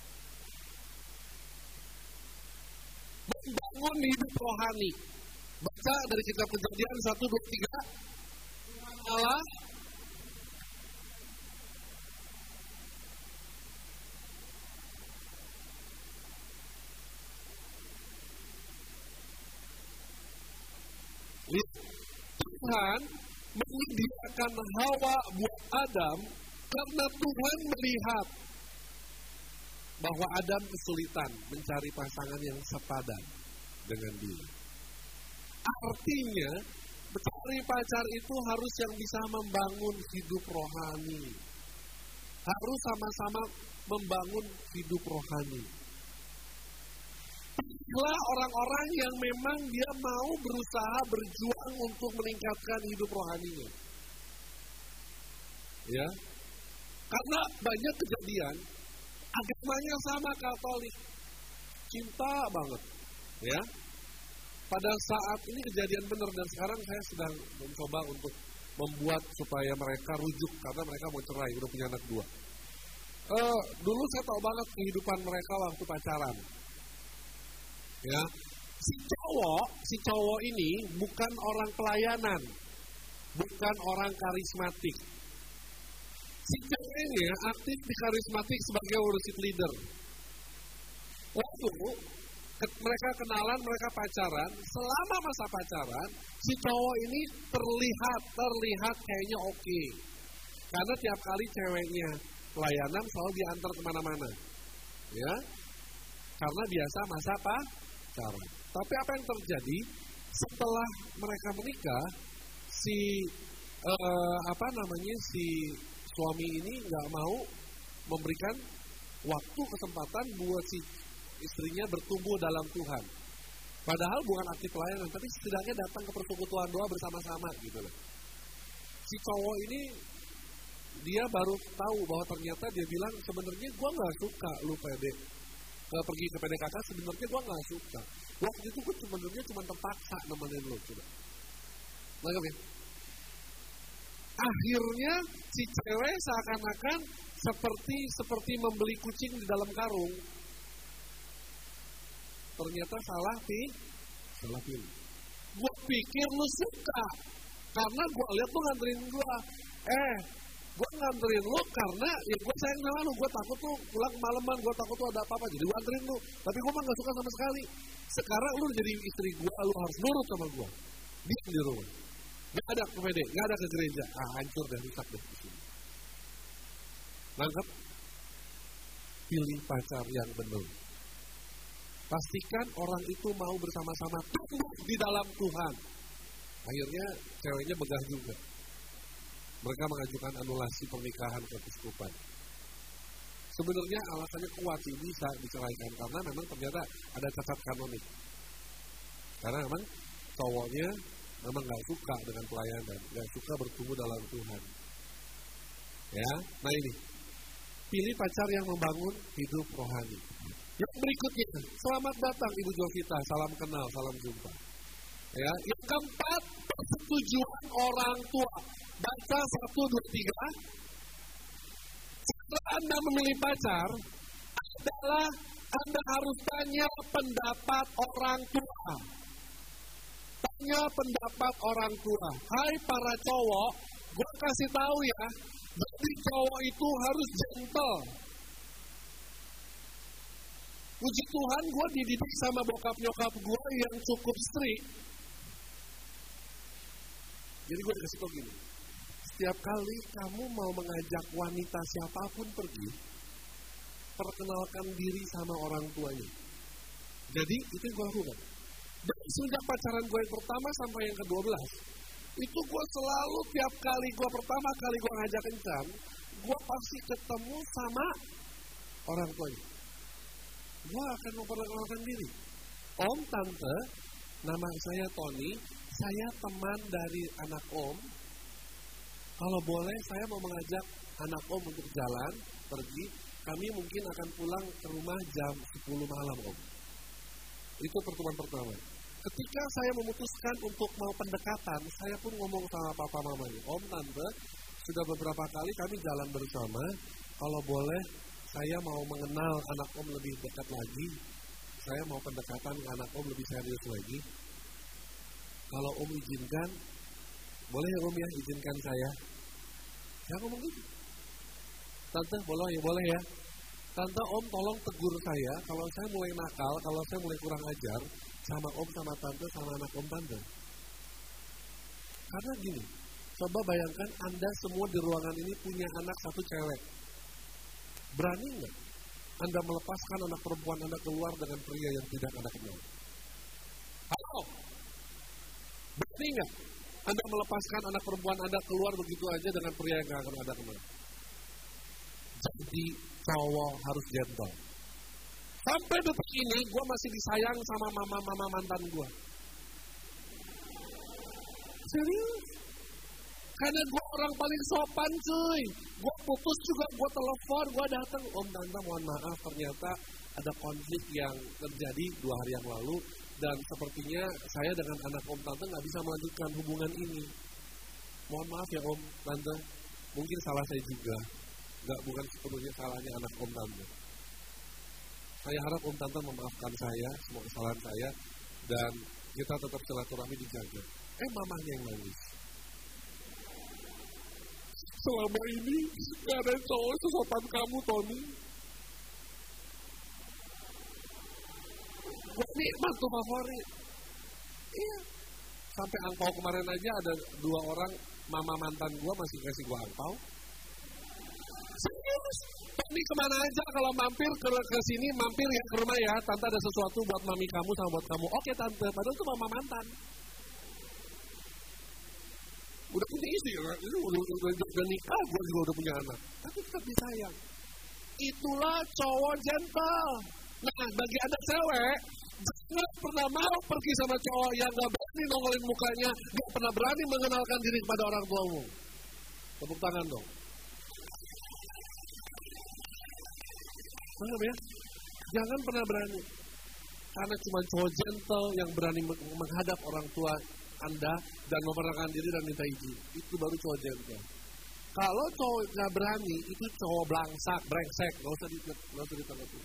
membangun hidup rohani. Baca dari kitab Kejadian 1, 2, 3. Allah Tuhan menyediakan Hawa buat Adam karena Tuhan melihat bahwa Adam kesulitan mencari pasangan yang sepadan dengan dia. Artinya, mencari pacar itu harus yang bisa membangun hidup rohani. Harus sama-sama membangun hidup rohani. Pilihlah orang-orang yang memang dia mau berusaha berjuang untuk meningkatkan hidup rohaninya. Ya. Karena banyak kejadian agamanya sama Katolik. Cinta banget. Ya. Pada saat ini kejadian benar dan sekarang saya sedang mencoba untuk membuat supaya mereka rujuk karena mereka mau cerai, udah punya anak 2. Dulu saya tahu banget kehidupan mereka waktu pacaran. Ya, si cowok ini bukan orang pelayanan, bukan orang karismatik. Si ceweknya aktif di karismatik sebagai worship leader. Lalu mereka kenalan, mereka pacaran. Selama masa pacaran, si cowok ini terlihat kayaknya oke. Karena tiap kali ceweknya pelayanan selalu diantar kemana-mana. Ya, karena biasa masa pacaran. Tapi apa yang terjadi setelah mereka menikah, si suami ini nggak mau memberikan waktu kesempatan buat si istrinya bertumbuh dalam Tuhan. Padahal bukan aktif pelayanan, tapi setidaknya datang ke persekutuan doa bersama-sama gitu loh. Si cowok ini dia baru tahu bahwa ternyata dia bilang sebenarnya gue nggak suka lu pergi ke PDKK, sebenarnya gue nggak suka. Waktu itu gue sebenarnya cuma terpaksa nemenin lu, coba. Nangkep ya? Akhirnya si cewek seakan-akan seperti membeli kucing di dalam karung. Ternyata salah pilih. Gue pikir lu suka karena gue lihat lu nganterin gue. Gue nganterin lu karena ya gue sayang sama lu. Gue takut tuh pulang kemalaman, gue takut tuh ada apa-apa. Jadi gue anterin lu. Tapi gue mah gak suka sama sekali. Sekarang lu jadi istri gue, lu harus nurut sama gue. Diam di rumah. Gak ada ke PD, gak ada ke gereja. Hancur dan rusak deh di sini. Nangkep? Pilih pacar yang benar. Pastikan orang itu mau bersama-sama tumbuh di dalam Tuhan. Akhirnya ceweknya begah juga. Mereka mengajukan anulasi pernikahan ke keuskupan. Sebenarnya alasannya kuat sih, bisa diceraikan karena memang ternyata ada cacat kanonik. Karena memang cowoknya memang gak suka dengan pelayanan, gak suka bertumbuh dalam Tuhan. Ya, nah ini pilih pacar yang membangun hidup rohani. Yang berikutnya, selamat datang Ibu Jovita, salam kenal, salam jumpa. Ya, yang keempat, persetujuan orang tua. Baca 1, 2, 3. Cara Anda memilih pacar adalah Anda harus tanya pendapat orang tua. Tanya pendapat orang tua. Hai para cowok, gue kasih tahu ya, jadi cowok itu harus gentle. Puji Tuhan, gue dididik sama bokap nyokap gue yang cukup strict. Jadi gue dikasih tau gini, setiap kali kamu mau mengajak wanita siapapun pergi, perkenalkan diri sama orang tuanya. Jadi itu yang gue lakukan. Dan sejak pacaran gue yang pertama sampai yang ke-12, itu gue selalu tiap kali gue pertama kali gue ngajak kencan, gue pasti ketemu sama orang tuanya. Gue akan memperkenalkan diri. Om, tante, nama saya Tony, saya teman dari anak om. Kalau boleh saya mau mengajak anak om untuk jalan, pergi. Kami mungkin akan pulang ke rumah jam 10 malam om. Itu pertemuan pertama. Ketika saya memutuskan untuk mau pendekatan, saya pun ngomong sama papa mamanya. Om, tante, sudah beberapa kali kami jalan bersama. Kalau boleh saya mau mengenal anak om lebih dekat lagi. Saya mau pendekatan ke anak om lebih serius lagi. Kalau om izinkan, boleh ya om ya, izinkan saya. Saya ngomong gitu. Tante, boleh ya. Tante, om tolong tegur saya kalau saya mulai nakal, kalau saya mulai kurang ajar sama om, sama tante, sama anak om tante. Karena gini, coba bayangkan Anda semua di ruangan ini punya anak satu cewek. Berani nggak Anda melepaskan anak perempuan Anda keluar dengan pria yang tidak Anda kenal? Halo? Berani nggak Anda melepaskan anak perempuan Anda keluar begitu aja dengan pria yang nggak akan Anda kenal? Jadi cowok harus gentle. Sampai detik ini gue masih disayang sama mama-mama mantan gue. Serius? Karena gue orang paling sopan cuy. Gue putus juga, gue telepon, gue datang. Om, tante, mohon maaf, ternyata ada konflik yang terjadi 2 hari yang lalu. Dan sepertinya saya dengan anak om tante gak bisa melanjutkan hubungan ini. Mohon maaf ya om, tante. Mungkin salah saya juga. Bukan sepenuhnya salahnya anak om tante. Saya harap om tante memaafkan saya, semua kesalahan saya. Dan kita tetap silaturahmi dijaga. Mamahnya yang nangis. Selama ini gak ada cowok sesopan kamu, Tony. Gue ini mantu favorit. Iya. Sampai angpau kemarin aja ada 2 orang mama mantan gue masih kasih gue angpau. Serius. Tony kemana aja kalau mampir ke sini, mampir ya ke rumah ya. Tante ada sesuatu buat mami kamu sama buat kamu. Oke tante, padahal itu mama mantan. Udah punya istri ya, udah nikah, gue juga udah punya anak. Tapi tetap disayang. Itulah cowok gentle. Nah, bagi Anda cewek, jangan pernah mau pergi sama cowok yang gak berani nongolin mukanya, gak pernah berani mengenalkan diri kepada orang tuamu. Tepuk tangan dong. Paham ya? Jangan pernah berani. Karena cuma cowok gentle yang berani menghadap orang tua Anda dan memperkenalkan diri dan minta izin. Itu baru cowok gentle. Kalau cowok gak berani, itu cowok belangsak, brengsek. Gak usah ditanggapi.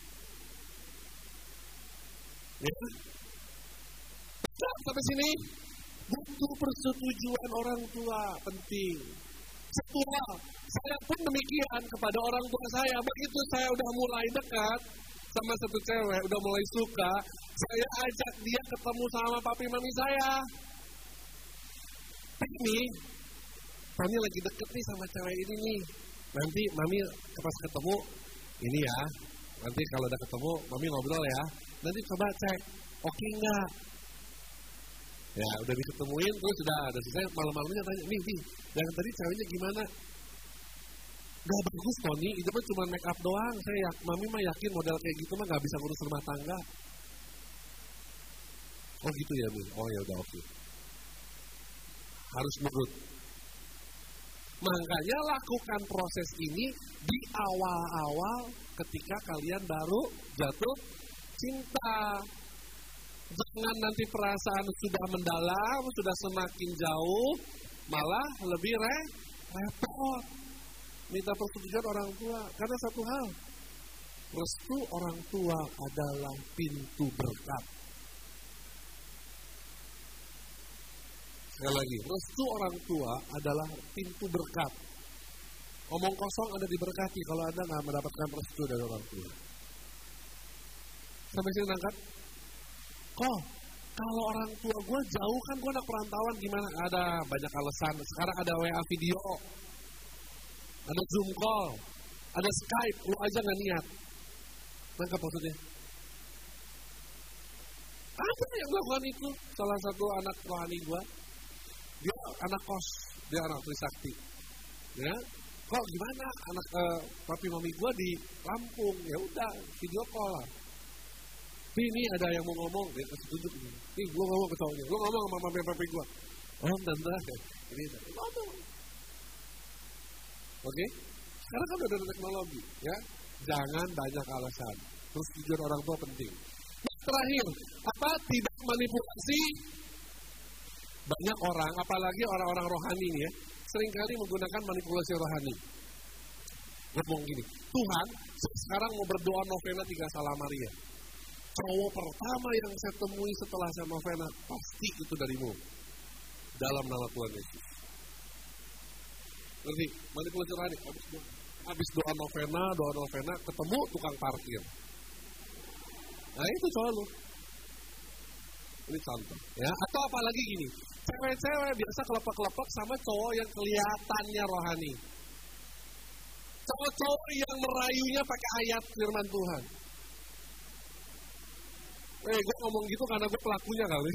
Ya. Sampai sini, butuh persetujuan orang tua, penting. Setelah saya pun demikian kepada orang tua saya. Begitu saya udah mulai dekat sama satu cewek, udah mulai suka, saya ajak dia ketemu sama papi mami saya. Ini, mami lagi deket nih sama cewek ini nih. Nanti mami pas ketemu, ini ya. Nanti kalau udah ketemu, mami ngobrol ya. Nanti coba cek, oke enggak? Ya udah diketemuin, terus sudah ada selesai. Malam-malamnya tanya, nih, yang tadi ceweknya gimana? Gak bagus Tony, itu mah cuma make up doang. Mami mah yakin model kayak gitu mah gak bisa ngurus rumah tangga. Oh gitu ya Mi? Oh ya udah oke. Harus nurut. Makanya lakukan proses ini di awal-awal ketika kalian baru jatuh cinta. Jangan nanti perasaan sudah mendalam, sudah semakin jauh, malah lebih repot. Minta persetujuan orang tua. Karena satu hal, restu orang tua adalah pintu berkat. Sekali lagi, restu orang tua adalah pintu berkat. Omong kosong Anda diberkati kalau Anda nggak mendapatkan restu dari orang tua. Sampai sini nangkat? Kok kalau orang tua gue jauh kan gue anak perantauan gimana? Ada banyak alasan. Sekarang ada WA video, ada Zoom call, ada Skype. Lu aja nggak niat. Nangkap maksudnya? Ada yang melakukan itu. Salah satu anak rohani gue, dia anak kos, dia anak Trisakti. Ya, kok gimana? Anak papi mami gue di Lampung, ya udah video call lah. Ini ada yang mau ngomong, dia kasih tunjuk ini. Nih, gue ngomong ke cowoknya, gue ngomong sama mami papi gue. Oh, tante, ini ngomong. Oke? Sekarang kan udah ada teknologi, ya. Jangan banyak alasan. Terus tujuan orang tua penting. Nah, terakhir, apa? Tidak manipulasi. Banyak orang, apalagi orang-orang rohani nih ya, seringkali menggunakan manipulasi rohani. Ngomong gini, Tuhan, sekarang mau berdoa novena 3 Salam Maria. Cowok pertama yang saya temui setelah saya novena, pasti itu darimu. Dalam nama Tuhan Yesus. Ngerti? Manipulasi rohani. Habis doa novena, ketemu tukang parkir. Nah itu cowok lu. Ini contoh. Ya. Atau apalagi gini, cewek-cewek biasa kelepek-kelepek sama cowok yang kelihatannya rohani. Cowok-cowok yang merayunya pakai ayat firman Tuhan. Gue ngomong gitu karena gue pelakunya kali.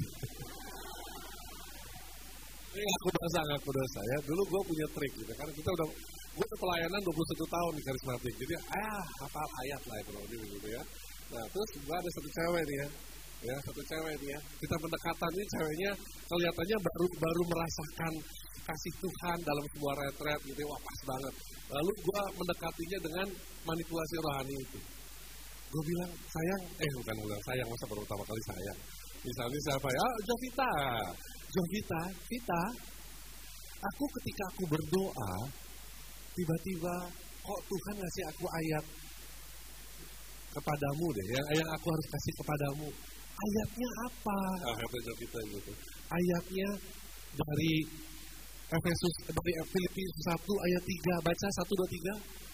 Ngaku dosa ya. Dulu gue punya trik gitu. Karena gue udah pelayanan 21 tahun di karismatik. Jadi hafal ayat lah itu gitu ya. Nah terus gue ada satu cewek nih ya. Satu cewek nih ya. Kita pendekatan ini ceweknya kelihatannya baru merasakan kasih Tuhan dalam sebuah retret gitu. Wah pas banget. Lalu gue mendekatinya dengan manipulasi rohani itu. Gue bilang, sayang, bukan bilang sayang, masa baru pertama kali sayang. Misalnya siapa ya? Jovita, aku ketika aku berdoa, tiba-tiba kok Tuhan ngasih aku ayat kepadamu deh, yang aku harus kasih kepadamu. Ayatnya apa? Kata Jovita gitu. Ayatnya dari Filipi 1 ayat 3, baca 1, 2, 3.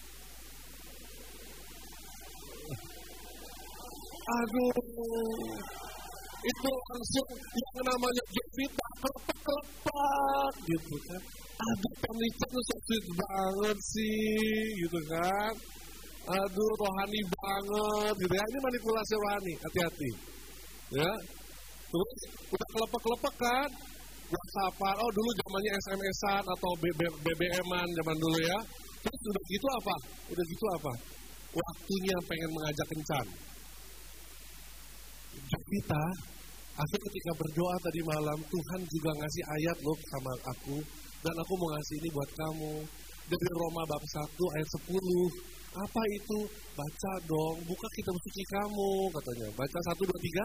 Aduh, itu langsung yang namanya Jovita kelepek gitu kan. Aduh, pernikahan itu sweet banget sih, gitu kan. Aduh, rohani banget, gitu ya. Ini manipulasi rohani, hati-hati. Ya, terus udah kelepek kan. WhatsApp-an, dulu zamannya SMS-an atau BBM-an zaman dulu ya. Terus udah gitu apa? Waktunya pengen mengajak kencan. Jovita, akhirnya ketika berdoa tadi malam, Tuhan juga ngasih ayat loh sama aku. Dan aku mau ngasih ini buat kamu. Dari Roma bab 1 ayat 10. Apa itu? Baca dong, buka kitab suci kamu, katanya. Baca 1, 2, 3.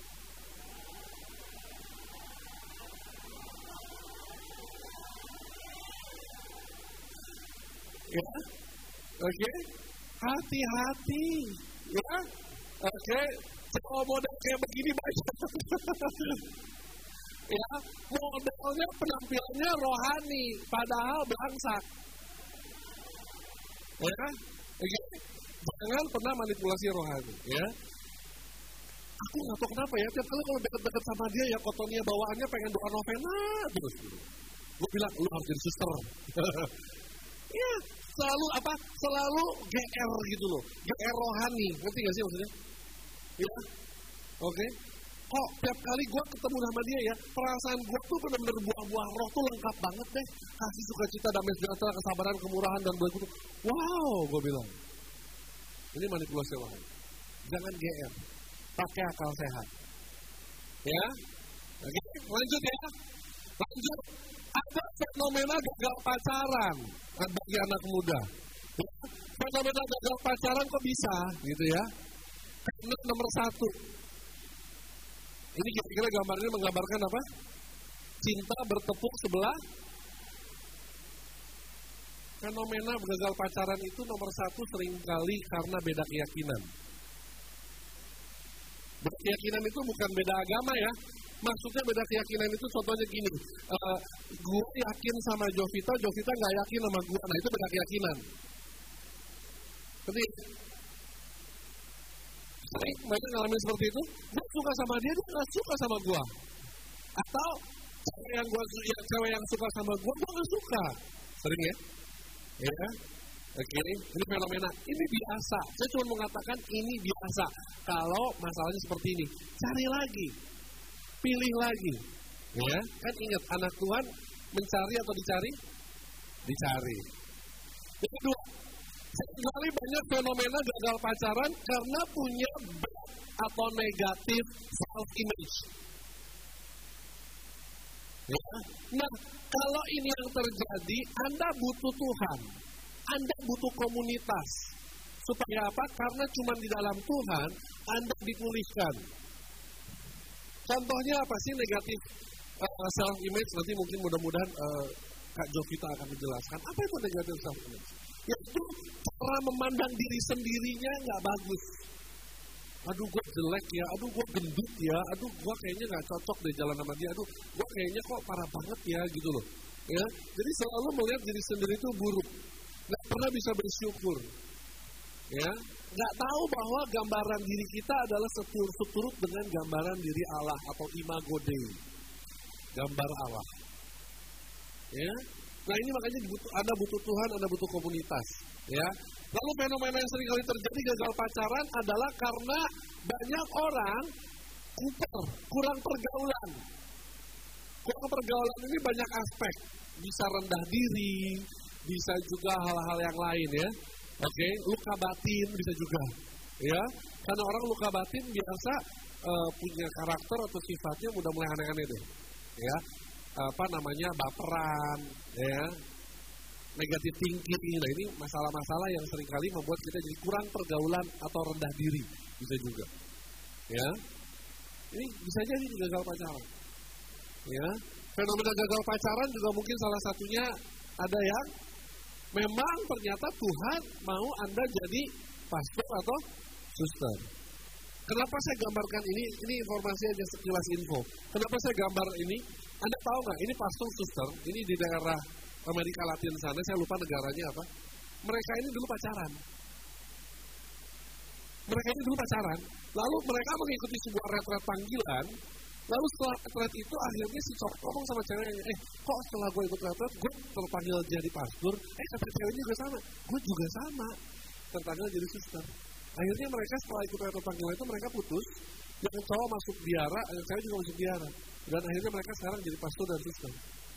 Ya, oke. Hati-hati. Ya, oke. Kalau model kayak begini baca. Ya, modelnya penampilannya rohani, padahal belangsak. Ya, oke. Jangan pernah manipulasi rohani. Ya, aku nggak tahu kenapa ya. Tiap kali kalau deket-deket sama dia ya kotonia bawaannya pengen doa novena terus. Gue bilang lu harus jadi suster. Ya, selalu GR gitu loh, GR rohani. Ngerti nggak sih maksudnya? Ya, oke. Kok tiap kali gue ketemu sama dia ya, perasaan gue tuh benar-benar buah-buah roh tuh lengkap banget deh. Kasih sukacita, damai sejahtera, kesabaran, kemurahan, dan baik itu. Wow, gue bilang. Ini manipulasi rohani. Jangan GR. Pakai akal sehat. Ya. Oke, lanjut ya. Lanjut. Ada fenomena gagal pacaran bagi anak muda. Ya. Fenomena gagal pacaran kok bisa gitu ya. Karena nomor satu. Ini kira-kira gambar ini menggambarkan apa? Cinta bertepuk sebelah. Fenomena gagal pacaran itu nomor satu seringkali karena beda keyakinan. Beda keyakinan itu bukan beda agama ya. Maksudnya beda keyakinan itu contohnya gini. Gue yakin sama Jovita, Jovita gak yakin sama gue. Nah itu beda keyakinan. Jadi sering banyak ngalamin seperti itu. Gue suka sama dia gak suka sama gue. Atau cewek yang suka sama gue gak suka. Sering ya? Ya, oke, ini fenomena, ini biasa. Saya cuma mengatakan ini biasa. Kalau masalahnya seperti ini, cari lagi, pilih lagi. Ya, kan ingat anak Tuhan mencari atau dicari? Dicari. Yang kedua, sekali banyak fenomena gagal pacaran karena punya bad atau negatif self image. Ya. Nah, kalau ini yang terjadi, Anda butuh Tuhan, Anda butuh komunitas. Supaya apa? Karena cuma di dalam Tuhan, Anda dipulihkan. Contohnya apa sih negatif self image? Nanti mungkin mudah-mudahan Kak Jovita akan menjelaskan. Apa itu negatif self image? Yaitu cara memandang diri sendirinya nggak bagus. Aduh gue jelek ya, aduh gue gendut ya, aduh gue kayaknya gak cocok deh jalan sama dia, aduh gue kayaknya kok parah banget ya gitu loh. Ya, jadi selalu melihat diri sendiri itu buruk, gak pernah bisa bersyukur. Ya, gak tahu bahwa gambaran diri kita adalah seturut dengan gambaran diri Allah atau imago Dei, gambar Allah. Ya, nah ini makanya Anda butuh Tuhan, Anda butuh komunitas. Ya. Lalu fenomena yang sering kali terjadi gagal pacaran adalah karena banyak orang kurang pergaulan. Kurang pergaulan ini banyak aspek. Bisa rendah diri, bisa juga hal-hal yang lain ya. Oke, luka batin bisa juga. Ya, karena orang luka batin biasa punya karakter atau sifatnya udah mulai aneh-aneh deh. Ya, baperan, ya. Negatif thinking. Nah ini masalah-masalah yang seringkali membuat kita jadi kurang pergaulan atau rendah diri. Bisa juga. Ya. Ini bisa jadi gagal pacaran. Ya. Fenomena gagal pacaran juga mungkin salah satunya ada yang memang ternyata Tuhan mau Anda jadi pastor atau suster. Kenapa saya gambarkan ini? Ini informasi aja sekilas info. Kenapa saya gambar ini? Anda tahu nggak? Ini pastor suster. Ini di daerah Amerika Latin sana, saya lupa negaranya apa. Mereka ini dulu pacaran. Lalu mereka mengikuti sebuah retret panggilan. Lalu setelah retret itu akhirnya si cowok ngomong sama ceweknya, kok setelah gue ikut retret, gue terpanggil jadi pastor. Kata ceweknya juga sama. Gue juga sama. Terpanggil jadi suster. Akhirnya mereka setelah ikut retret panggilan itu mereka putus. Yang cowok masuk biara, yang cewek juga masuk biara. Dan akhirnya mereka sekarang jadi pastor dan suster.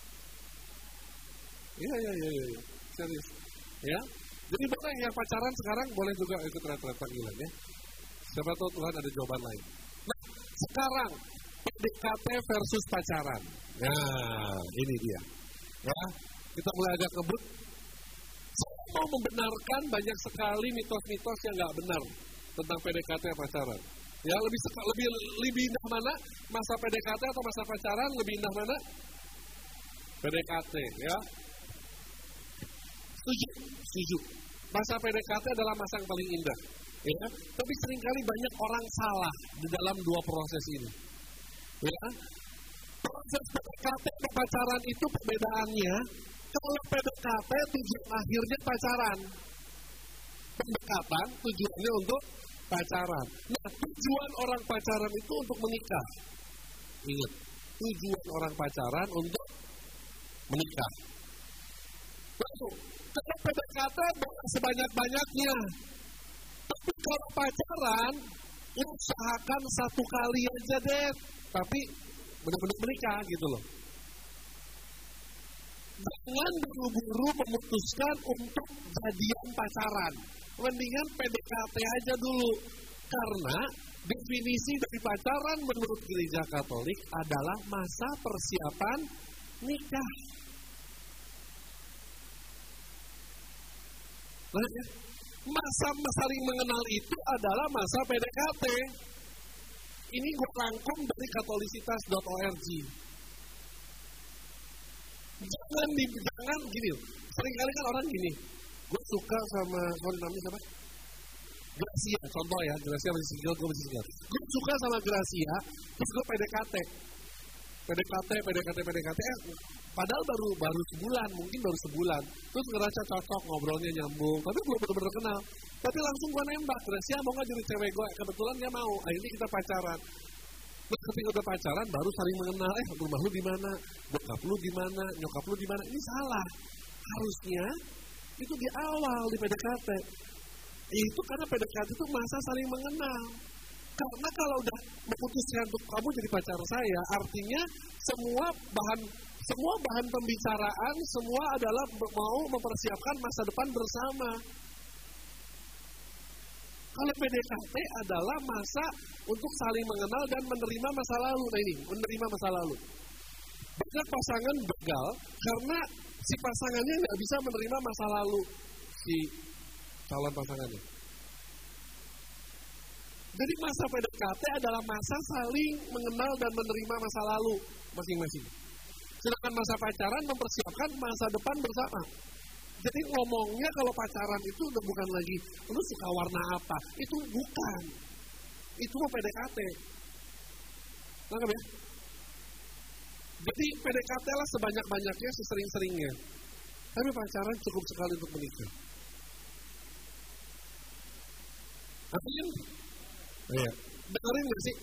Iya. Serius. Ya. Jadi boleh yang pacaran sekarang boleh juga ikut retret panggilan ya. Siapa tahu Tuhan ada jawaban lain. Nah, sekarang PDKT versus pacaran. Nah, ini dia. Ya, kita mulai agak ngebut. Saya mau membenarkan banyak sekali mitos-mitos yang nggak benar tentang PDKT pacaran. Ya, lebih indah mana? Masa PDKT atau masa pacaran? Lebih indah mana? PDKT, ya. Setuju. Masa PDKT adalah masa yang paling indah. Ya. Tapi seringkali banyak orang salah di dalam dua proses ini. Ya. Proses PDKT dan pacaran itu perbedaannya. Kalau PDKT tujuan akhirnya pacaran. Pendekatan tujuannya untuk pacaran. Nah, tujuan orang pacaran itu untuk menikah. Ingat, tujuan orang pacaran untuk menikah. Lalu, kalau PDKT sebanyak-banyaknya. Tapi kalau pacaran, usahakan satu kali aja deh. Tapi benar-benar menikah gitu loh. Jangan buru-buru memutuskan untuk jadian pacaran. Mendingan PDKT aja dulu. Karena definisi dari pacaran menurut Gereja Katolik adalah masa persiapan nikah. Nah, ya. Masa saling mengenal itu adalah masa PDKT. Ini gue rangkum dari katolisitas.org. Jangan gini. Seringkali kan orang gini. Gue suka sama, namanya siapa? Gracia, contoh ya. Gracia masih single, gue masih single. Gue suka sama Gracia, terus gue PDKT. Padahal baru sebulan, mungkin baru sebulan. Terus ngerasa cocok, ngobrolnya nyambung, tapi belum benar-benar kenal. Tapi langsung gue nembak, Gracia mau gak jadi cewek gue? Kebetulan dia mau, akhirnya kita pacaran. Terus ketika udah pacaran, baru saling mengenal, rumah lu di mana, bokap lu di mana, nyokap lu di mana. Ini salah. Harusnya itu di awal di PDKT. Itu karena PDKT itu masa saling mengenal. Karena kalau udah memutuskan untuk kamu jadi pacar saya, artinya semua bahan pembicaraan, semua adalah mau mempersiapkan masa depan bersama. Kalau PDKT adalah masa untuk saling mengenal dan menerima masa lalu. Nah ini, menerima masa lalu. Banyak pasangan gagal karena si pasangannya nggak bisa menerima masa lalu si calon pasangannya. Jadi masa PDKT adalah masa saling mengenal dan menerima masa lalu masing-masing. Sedangkan masa pacaran mempersiapkan masa depan bersama. Jadi ngomongnya kalau pacaran itu udah bukan lagi lu suka warna apa, itu bukan. Itu mau PDKT. Nangkep ya? Jadi PDKT lah sebanyak-banyaknya, sesering-seringnya. Tapi pacaran cukup sekali untuk menikah. Amin? Iya. Dengerin gak sih?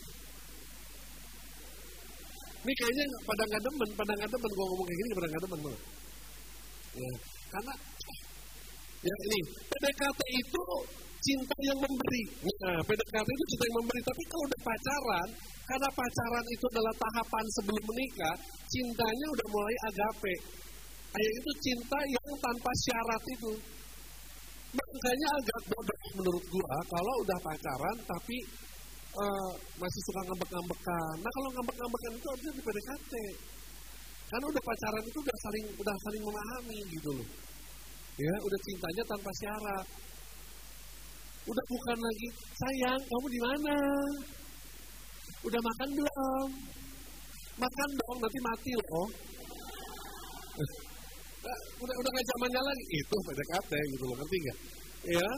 Ini kayaknya pada nggak demen gue ngomong kayak gini, pada nggak demen banget. Ya, karena ya ini PDKT itu cinta yang memberi. Nah, PDKT itu cinta yang memberi. Tapi kalau udah pacaran, karena pacaran itu adalah tahapan sebelum menikah, cintanya udah mulai agape. Itu cinta yang tanpa syarat itu. Makanya agak bodoh menurut gua kalau udah pacaran tapi masih suka ngambek-ngambekan. Nah kalau ngambek-ngambekan itu harusnya di PDKT. Karena udah pacaran itu udah saling memahami gitu loh. Ya, udah cintanya tanpa syarat. Udah bukan lagi, sayang kamu di mana? Udah makan belum? Makan dong, nanti mati loh. Udah nggak zamannya lagi. Itu PDKT gitu loh, ngerti nggak? Ya.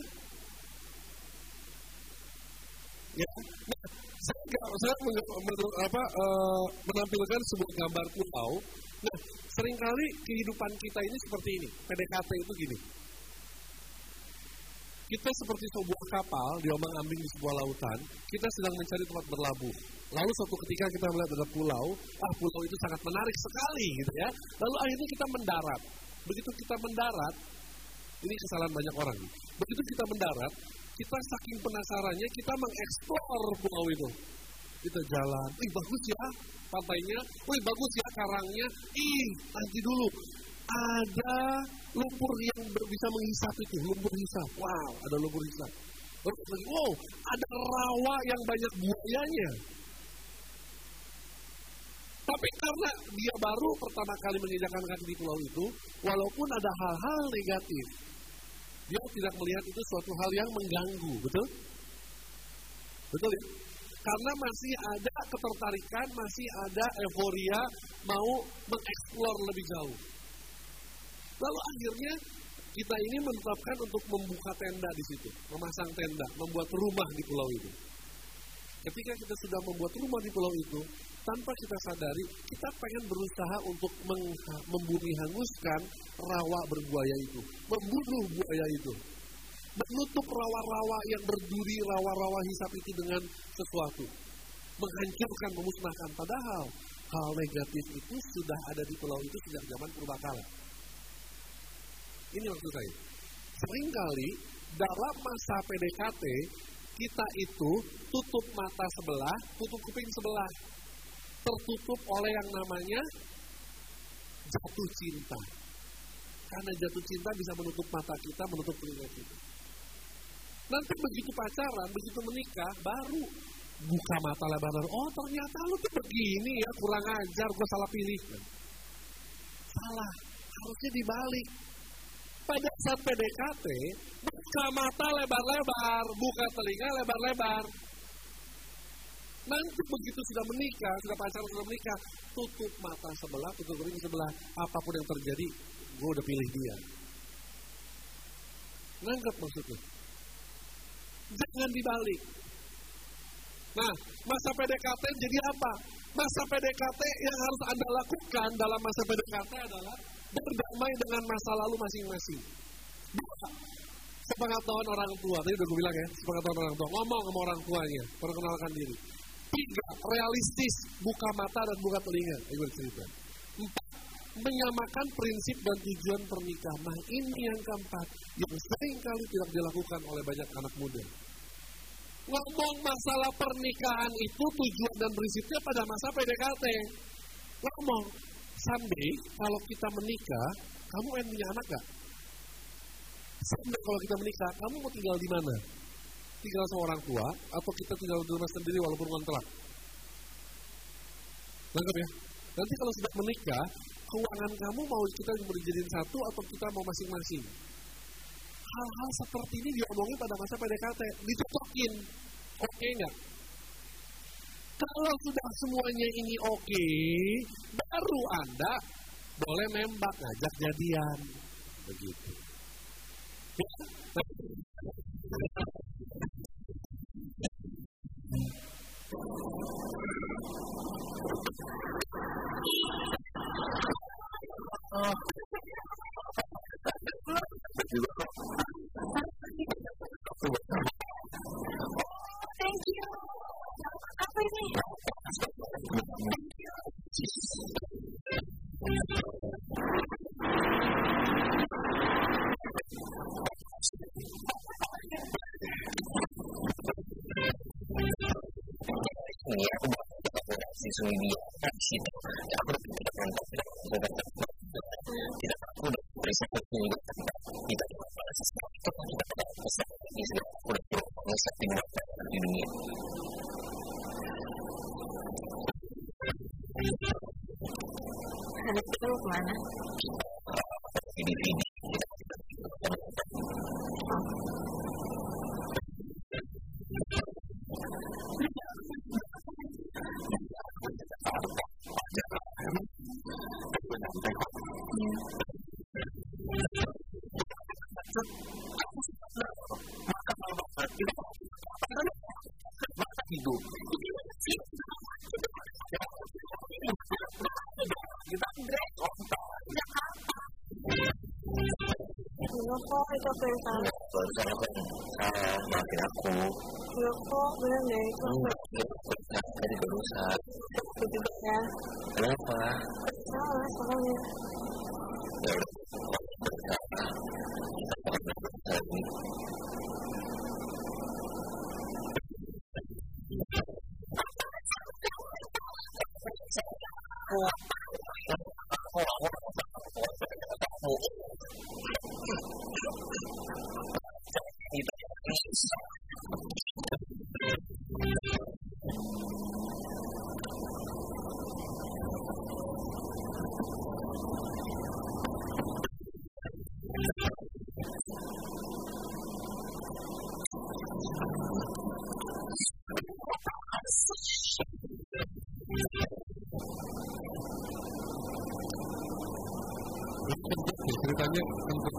Ya, saya menampilkan sebuah gambar pulau. Nah, seringkali kehidupan kita ini seperti ini. PDKT itu gini. Kita seperti sebuah kapal diombang-ambing di sebuah lautan. Kita sedang mencari tempat berlabuh. Lalu suatu ketika kita melihat ada pulau. Pulau itu sangat menarik sekali gitu ya. Lalu akhirnya kita mendarat. Begitu kita mendarat, ini kesalahan banyak orang. Begitu kita mendarat, kita saking penasarannya, kita mengeksplor pulau itu. Kita jalan, bagus ya pantainya, bagus ya karangnya, nanti dulu. Ada lumpur yang bisa menghisap itu, lumpur hisap. Wow, ada lumpur hisap. Terus lagi, ada rawa yang banyak buayanya. Tapi karena dia baru pertama kali menginjakkan kaki di pulau itu, walaupun ada hal-hal negatif, dia tidak melihat itu suatu hal yang mengganggu, betul? Betul ya? Karena masih ada ketertarikan, masih ada euforia, mau mengeksplor lebih jauh. Lalu akhirnya kita ini menetapkan untuk membuka tenda di situ, memasang tenda, membuat rumah di pulau itu. Ketika kita sudah membuat rumah di pulau itu, tanpa kita sadari, kita pengen berusaha untuk membunuh hanguskan rawa berbuaya itu. Membunuh buaya itu. Menutup rawa-rawa yang berduri, rawa-rawa hisap itu dengan sesuatu. Menghancurkan, memusnahkan. Padahal hal negatif itu sudah ada di pulau itu sejak zaman purbakala. Ini maksud saya. Seringkali dalam masa PDKT, kita itu tutup mata sebelah, tutup kuping sebelah. Tertutup oleh yang namanya jatuh cinta. Karena jatuh cinta bisa menutup mata kita, menutup telinga kita. Nanti begitu pacaran, begitu menikah, baru buka mata lebar. Ternyata lu tuh begini ya, kurang ajar, gue salah pilih. Salah, harusnya dibalik. Pada saat PDKT, buka mata lebar-lebar, buka telinga lebar-lebar. Nanti begitu sudah menikah, sudah pacaran, sudah menikah, tutup mata sebelah, tutup telinga sebelah. Apapun yang terjadi, gue udah pilih dia. Nangkep maksudnya? Jangan dibalik. Nah, masa PDKT jadi apa? Masa PDKT yang harus Anda lakukan dalam masa PDKT adalah berdamai dengan masa lalu masing-masing. Sepengetahuan orang tua, tadi udah gue bilang ya, sepengetahuan orang tua, ngomong sama orang tuanya, perkenalkan diri. 3, realistis, buka mata dan buka telinga. Ibu cerita. 4, menyamakan prinsip dan tujuan pernikahan. Nah, ini yang keempat, yang seringkali tidak dilakukan oleh banyak anak muda. Ngomong masalah pernikahan itu tujuan dan prinsipnya pada masa PDKT. Ngomong, someday kalau kita menikah, kamu pengen punya anak gak? Someday kalau kita menikah, kamu mau tinggal di mana? Tinggal sama orang tua, atau kita tinggal di rumah sendiri walaupun kontrak? Nangkep ya? Nanti kalau sudah menikah, keuangan kamu mau kita dijadiin satu atau kita mau masing-masing? Hal-hal seperti ini diomongin pada masa PDKT, dicocokin. Oke nggak? Kalau sudah semuanya ini oke, baru Anda boleh nembak, ngajak jadian. Begitu. Ya? Thank you. Apa ini? Ini aku bakal siswi dia di situ. Aku udah tidak tidak aku udah berisiko juga kita pada sesuatu kita tidak bisa ini sudah udah bisa tinggal di dunia. Habis itu lu kemana? Ini hidup. Kok itu apa yang salah? Karena kan maafin aku. Ya kok bener deh itu Tadi berusaha. gitu ya. Kenapa? Salah soalnya. Ya udah berusaha. Ceritanya untuk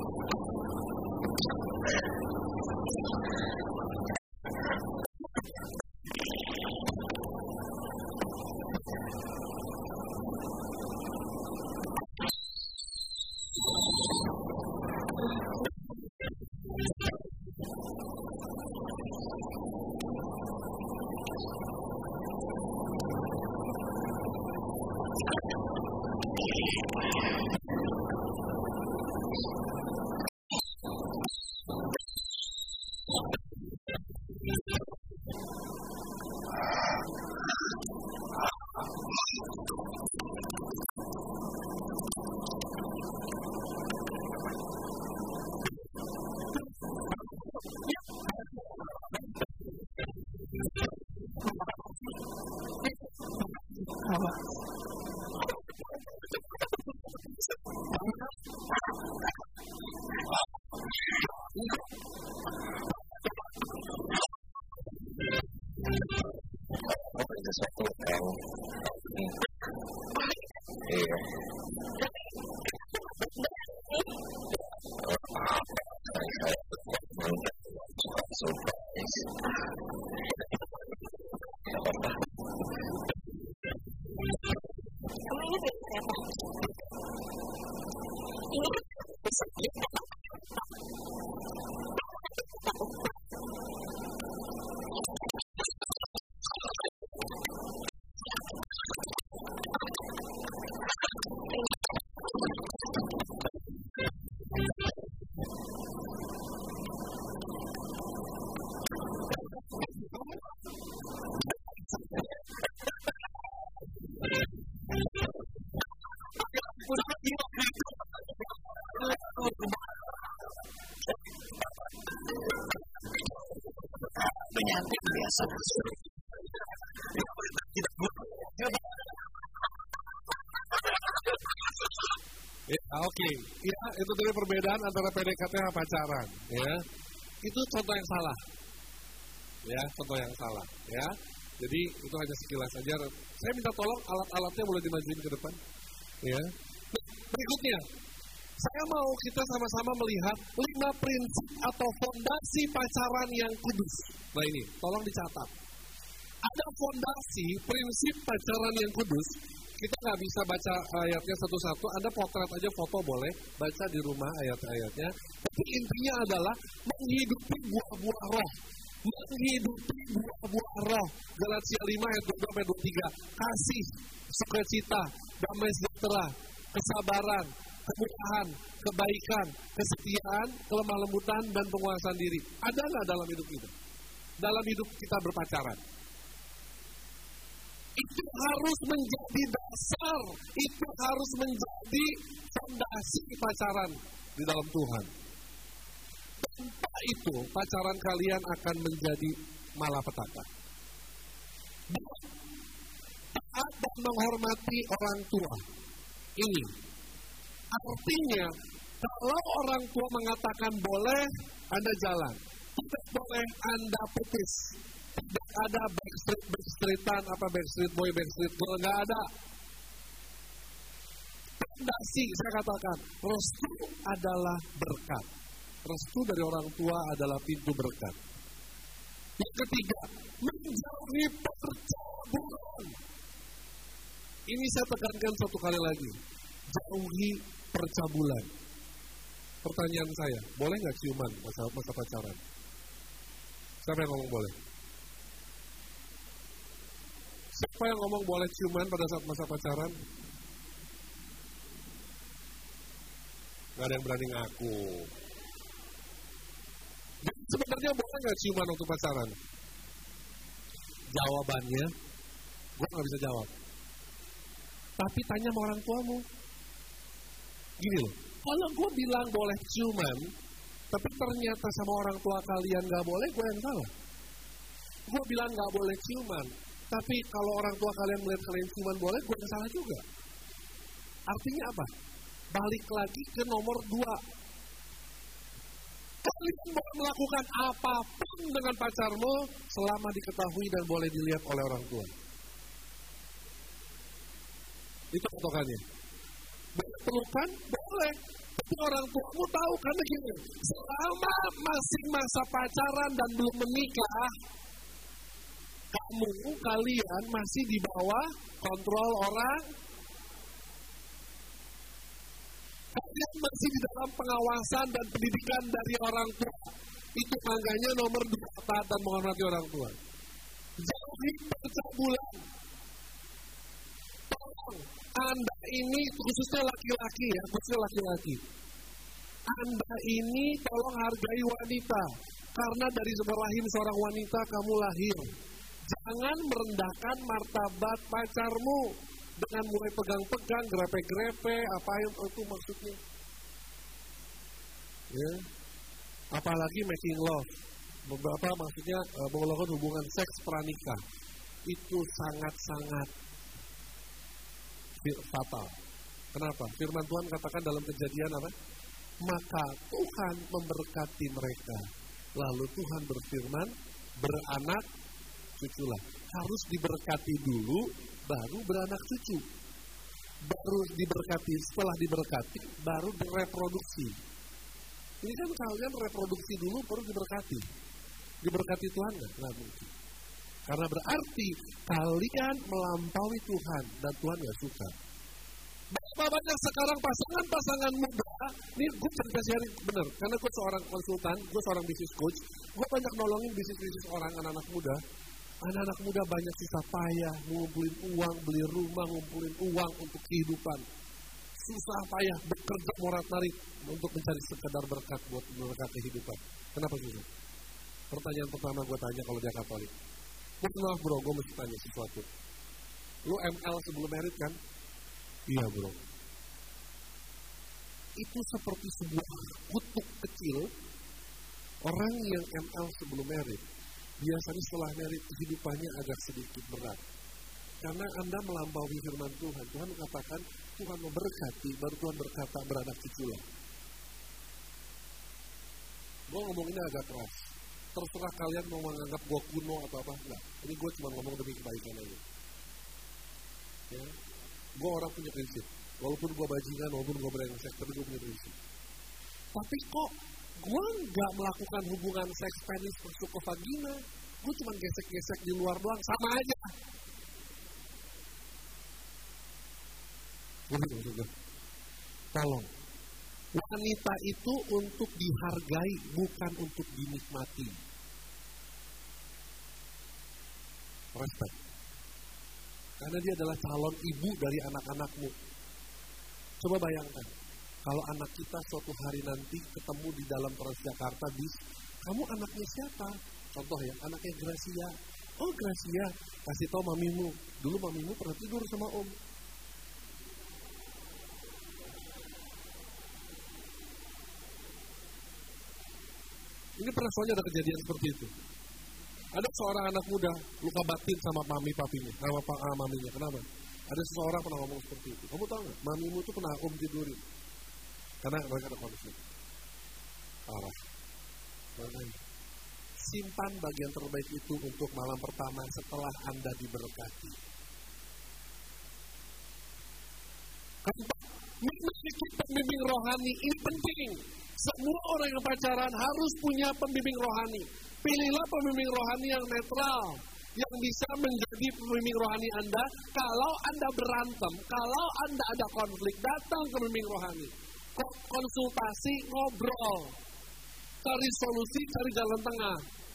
sesuatu yang iya. Kamu ingat siapa? Ingat? Penyakit biasa. Oke. Ya, itu dari perbedaan antara PDKT sama pacaran, ya. Itu contoh yang salah. Ya, contoh yang salah, ya. Jadi itu hanya sekilas saja. Saya minta tolong alat-alatnya boleh dimajuin ke depan, ya. Berikutnya, saya mau kita sama-sama melihat 5 prinsip atau fondasi pacaran yang kudus. Nah ini, tolong dicatat. Ada fondasi prinsip pacaran yang kudus. Kita nggak bisa baca ayatnya satu-satu. Anda potret aja foto boleh, baca di rumah ayat-ayatnya. Tapi intinya adalah menghidupi buah-buah roh. Menghidupi buah-buah roh. Galatia 5 ayat 22-23. Kasih, sukacita, damai sejahtera, kesabaran, kemurahan, kebaikan, kesetiaan, kelemah lembutan, dan penguasaan diri. Ada nggak dalam hidup kita? Dalam hidup kita berpacaran. Itu harus menjadi dasar, itu harus menjadi fondasi pacaran di dalam Tuhan. Tanpa itu, pacaran kalian akan menjadi malapetaka. Taat dan menghormati orang tua. Ini artinya, kalau orang tua mengatakan boleh, Anda jalan. Tidak boleh, Anda putus. Tidak ada backstreet-an, backstreet boy, backstreet girl, nggak ada. Fondasi, saya katakan, restu adalah berkat. Restu dari orang tua adalah pintu berkat. Yang ketiga, menjauhi percabulan. Ini saya tekankan satu kali lagi. Jauhi percabulan. Pertanyaan saya, boleh nggak ciuman masa pacaran? Siapa yang ngomong boleh? Siapa yang ngomong boleh ciuman pada saat masa pacaran? Gak ada yang berani ngaku. Jadi sebenarnya boleh gak ciuman waktu pacaran? Jawabannya, gue gak bisa jawab. Tapi tanya sama orang tuamu. Gini loh, kalau gue bilang boleh ciuman, tapi ternyata sama orang tua kalian gak boleh, gue yang salah. Gue bilang gak boleh ciuman, tapi kalau orang tua kalian melihat kalian ciuman boleh, gue yang salah juga. Artinya apa? Balik lagi ke nomor 2. Kalian boleh melakukan apapun dengan pacarmu selama diketahui dan boleh dilihat oleh orang tua. Itu patokannya. Boleh pelukan? Boleh. Tapi orang tuamu tahu karena gini, selama masih masa pacaran dan belum menikah, kalian masih di bawah kontrol orang. Kalian masih di dalam pengawasan dan pendidikan dari orang tua. Itu makanya nomor 2, taat dan menghormati orang tua. Jauhi percabulan. Tolong, Anda ini khususnya laki-laki ya, khususnya laki-laki. Anda ini tolong hargai wanita. Karena dari rahim seorang wanita kamu lahir. Jangan merendahkan martabat pacarmu dengan mulai pegang-pegang, grepe-grepe, apa yang itu maksudnya. Ya. Apalagi making love. Beberapa maksudnya melakukan hubungan seks pranikah. Itu sangat-sangat fatal. Kenapa? Firman Tuhan katakan dalam Kejadian apa? Maka Tuhan memberkati mereka. Lalu Tuhan berfirman, beranak cucu lah. Harus diberkati dulu, baru beranak cucu. Baru diberkati, setelah diberkati, baru direproduksi. Ini kan kalian reproduksi dulu, baru diberkati. Diberkati Tuhan nggak mungkin. Karena berarti kalian melampaui Tuhan dan Tuhan nggak suka. Banyak sekarang pasangan muda, ini gue cerita sehari bener, karena gue seorang konsultan, gue seorang bisnis coach, gue banyak nolongin bisnis orang anak-anak muda. Anak-anak muda banyak susah payah, ngumpulin uang, beli rumah, ngumpulin uang untuk kehidupan. Susah payah, bekerja morat-marit untuk mencari sekedar berkat buat berkat kehidupan. Kenapa susah? Pertanyaan pertama gue tanya kalau dia Katolik. Maaf bro, gue mesti tanya sesuatu. Lu ML sebelum merit kan? Iya bro. Itu seperti sebuah kutuk kecil. Orang yang ML sebelum merit, biasanya setelah merit kehidupannya agak sedikit berat. Karena Anda melampaui firman Tuhan. Tuhan mengatakan, Tuhan memberkati, baru Tuhan berkata beranak cuculah. Gue ngomonginnya agak keras. Terserah kalian mau menganggap gue kuno atau apa, enggak. Ini gue cuma ngomong demi kebaikan aja. Ya. Gue orang punya prinsip. Walaupun gue bajingan, walaupun gue brengsek, tapi gue punya prinsip. Tapi kok gue nggak melakukan hubungan seks penis masuk ke vagina, gue cuma gesek-gesek di luar doang, sama aja. Tolong, wanita itu untuk dihargai, bukan untuk dinikmati. Respect. Karena dia adalah calon ibu dari anak-anakmu. Coba bayangkan, kalau anak kita suatu hari nanti ketemu di dalam Transjakarta bis, kamu anaknya siapa? Contoh ya, anaknya Gracia. Oh Gracia, kasih tahu mamimu. Dulu mamimu pernah tidur sama om. Ini pernah soalnya ada kejadian seperti itu. Ada seorang anak muda luka batin sama mami papinya, sama maminya. Kenapa? Ada seseorang pernah ngomong seperti itu. Kamu tahu nggak? Mamimu tuh pernah om tidurin. Karena mereka ada konflik. Parah. Makanya simpan bagian terbaik itu untuk malam pertama setelah Anda diberkati. Keempat, memiliki pembimbing rohani ini penting. Semua orang yang pacaran harus punya pembimbing rohani. Pilihlah pembimbing rohani yang netral, yang bisa menjadi pembimbing rohani Anda. Kalau Anda berantem, kalau Anda ada konflik, datang ke pembimbing rohani. Konsultasi, ngobrol, cari solusi, cari jalan tengah.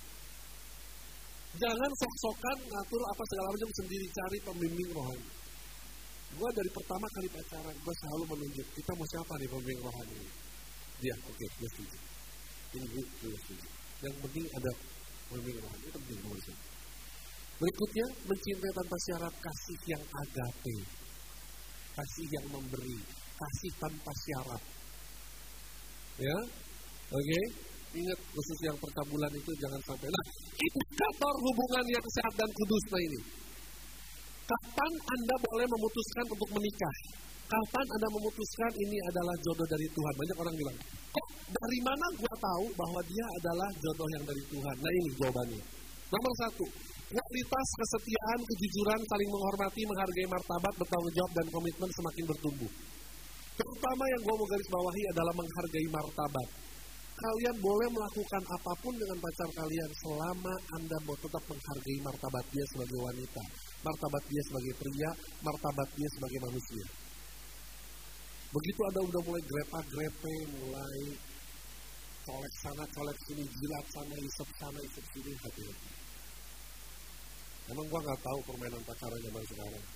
Jangan sok-sokan ngatur apa segala macam sendiri, cari pembimbing rohani. Gue dari pertama kali pacaran, gue selalu menunjuk, kita mau siapa nih pembimbing rohani? Dia, oke, gue setuju. Ini gue setuju. Yang penting ada pembimbing rohani, itu penting nomor satu. Berikutnya, mencintai tanpa syarat, kasih yang agape. Kasih yang memberi, kasih tanpa syarat. Ya, oke. Ingat khusus yang percabulan itu jangan sampai. Nah, indikator hubungan yang sehat dan kudus ini. Kapan Anda boleh memutuskan untuk menikah? Kapan Anda memutuskan ini adalah jodoh dari Tuhan? Banyak orang bilang, kok dari mana gua tahu bahwa dia adalah jodoh yang dari Tuhan? Nah ini jawabannya. Nomor satu, kualitas, kesetiaan, kejujuran, saling menghormati, menghargai martabat, bertanggung jawab, dan komitmen semakin bertumbuh. Terutama yang gua mau garis bawahi adalah menghargai martabat. Kalian boleh melakukan apapun dengan pacar kalian selama Anda mau tetap menghargai martabat dia sebagai wanita, martabat dia sebagai pria, martabat dia sebagai manusia. Begitu Anda udah mulai grepe, mulai colek sana, colek sini, jilat sana, isep sini, hati-hati. Emang gua nggak tahu permainan pacaran zaman sekarang.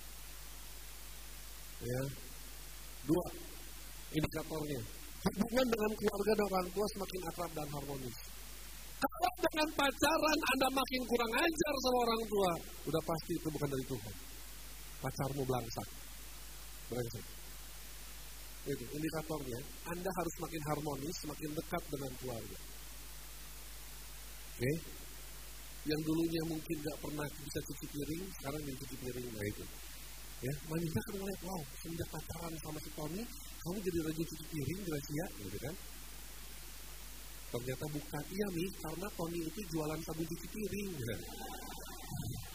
Ya. 2, indikatornya. Hubungan dengan keluarga dan orang tua semakin akrab dan harmonis. Kalau dengan pacaran Anda makin kurang ajar sama orang tua, udah pasti itu bukan dari Tuhan. Pacarmu belangsak. Itu indikatornya. Anda harus makin harmonis, semakin dekat dengan keluarga. Oke? Yang dulunya mungkin nggak pernah bisa cuci piring, sekarang bisa cuci piring, nah itu. Ya, manusia kan ngeliat, wow, semenjak pacaran sama si Tony, kamu jadi rajin cuci piring, Gracia, gitu kan? Ternyata bukan, iya nih, karena Tony itu jualan sabun cuci piring. Gitu.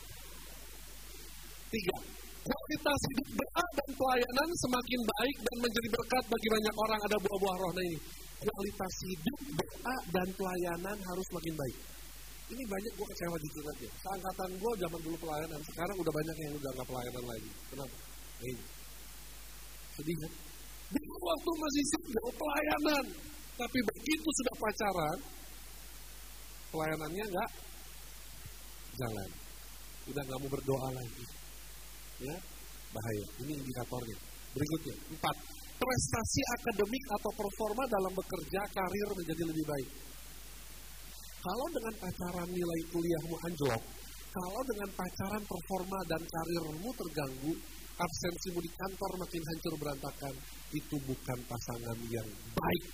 Ketiga, kualitas hidup doa dan pelayanan semakin baik dan menjadi berkat bagi banyak orang. Ada buah-buah roh ini. Kualitas hidup, doa, dan pelayanan harus makin baik. Ini banyak gue kecewa jujur aja. Seangkatan gue zaman dulu pelayanan, sekarang udah banyak yang udah gak pelayanan lagi. Kenapa? Ini. Sedih kan? Dulu waktu masih single pelayanan. Tapi begitu sudah pacaran, pelayanannya gak jalan. Udah gak mau berdoa lagi. Ya, bahaya. Ini indikatornya. Berikutnya, 4. Prestasi akademik atau performa dalam bekerja, karir menjadi lebih baik. Kalau dengan pacaran nilai kuliahmu anjlok, kalau dengan pacaran performa dan karirmu terganggu, absensimu di kantor makin hancur berantakan, itu bukan pasangan yang baik.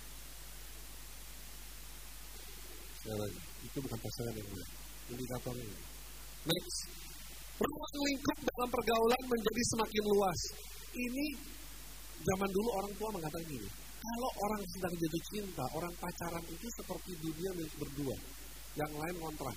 Sekali lagi, itu bukan pasangan yang baik. Indikatornya. Next. Ruang lingkup dalam pergaulan menjadi semakin luas. Ini zaman dulu orang tua mengatakan gini, kalau orang sedang jatuh cinta, orang pacaran itu seperti dunia milik berdua, yang lain kontrak.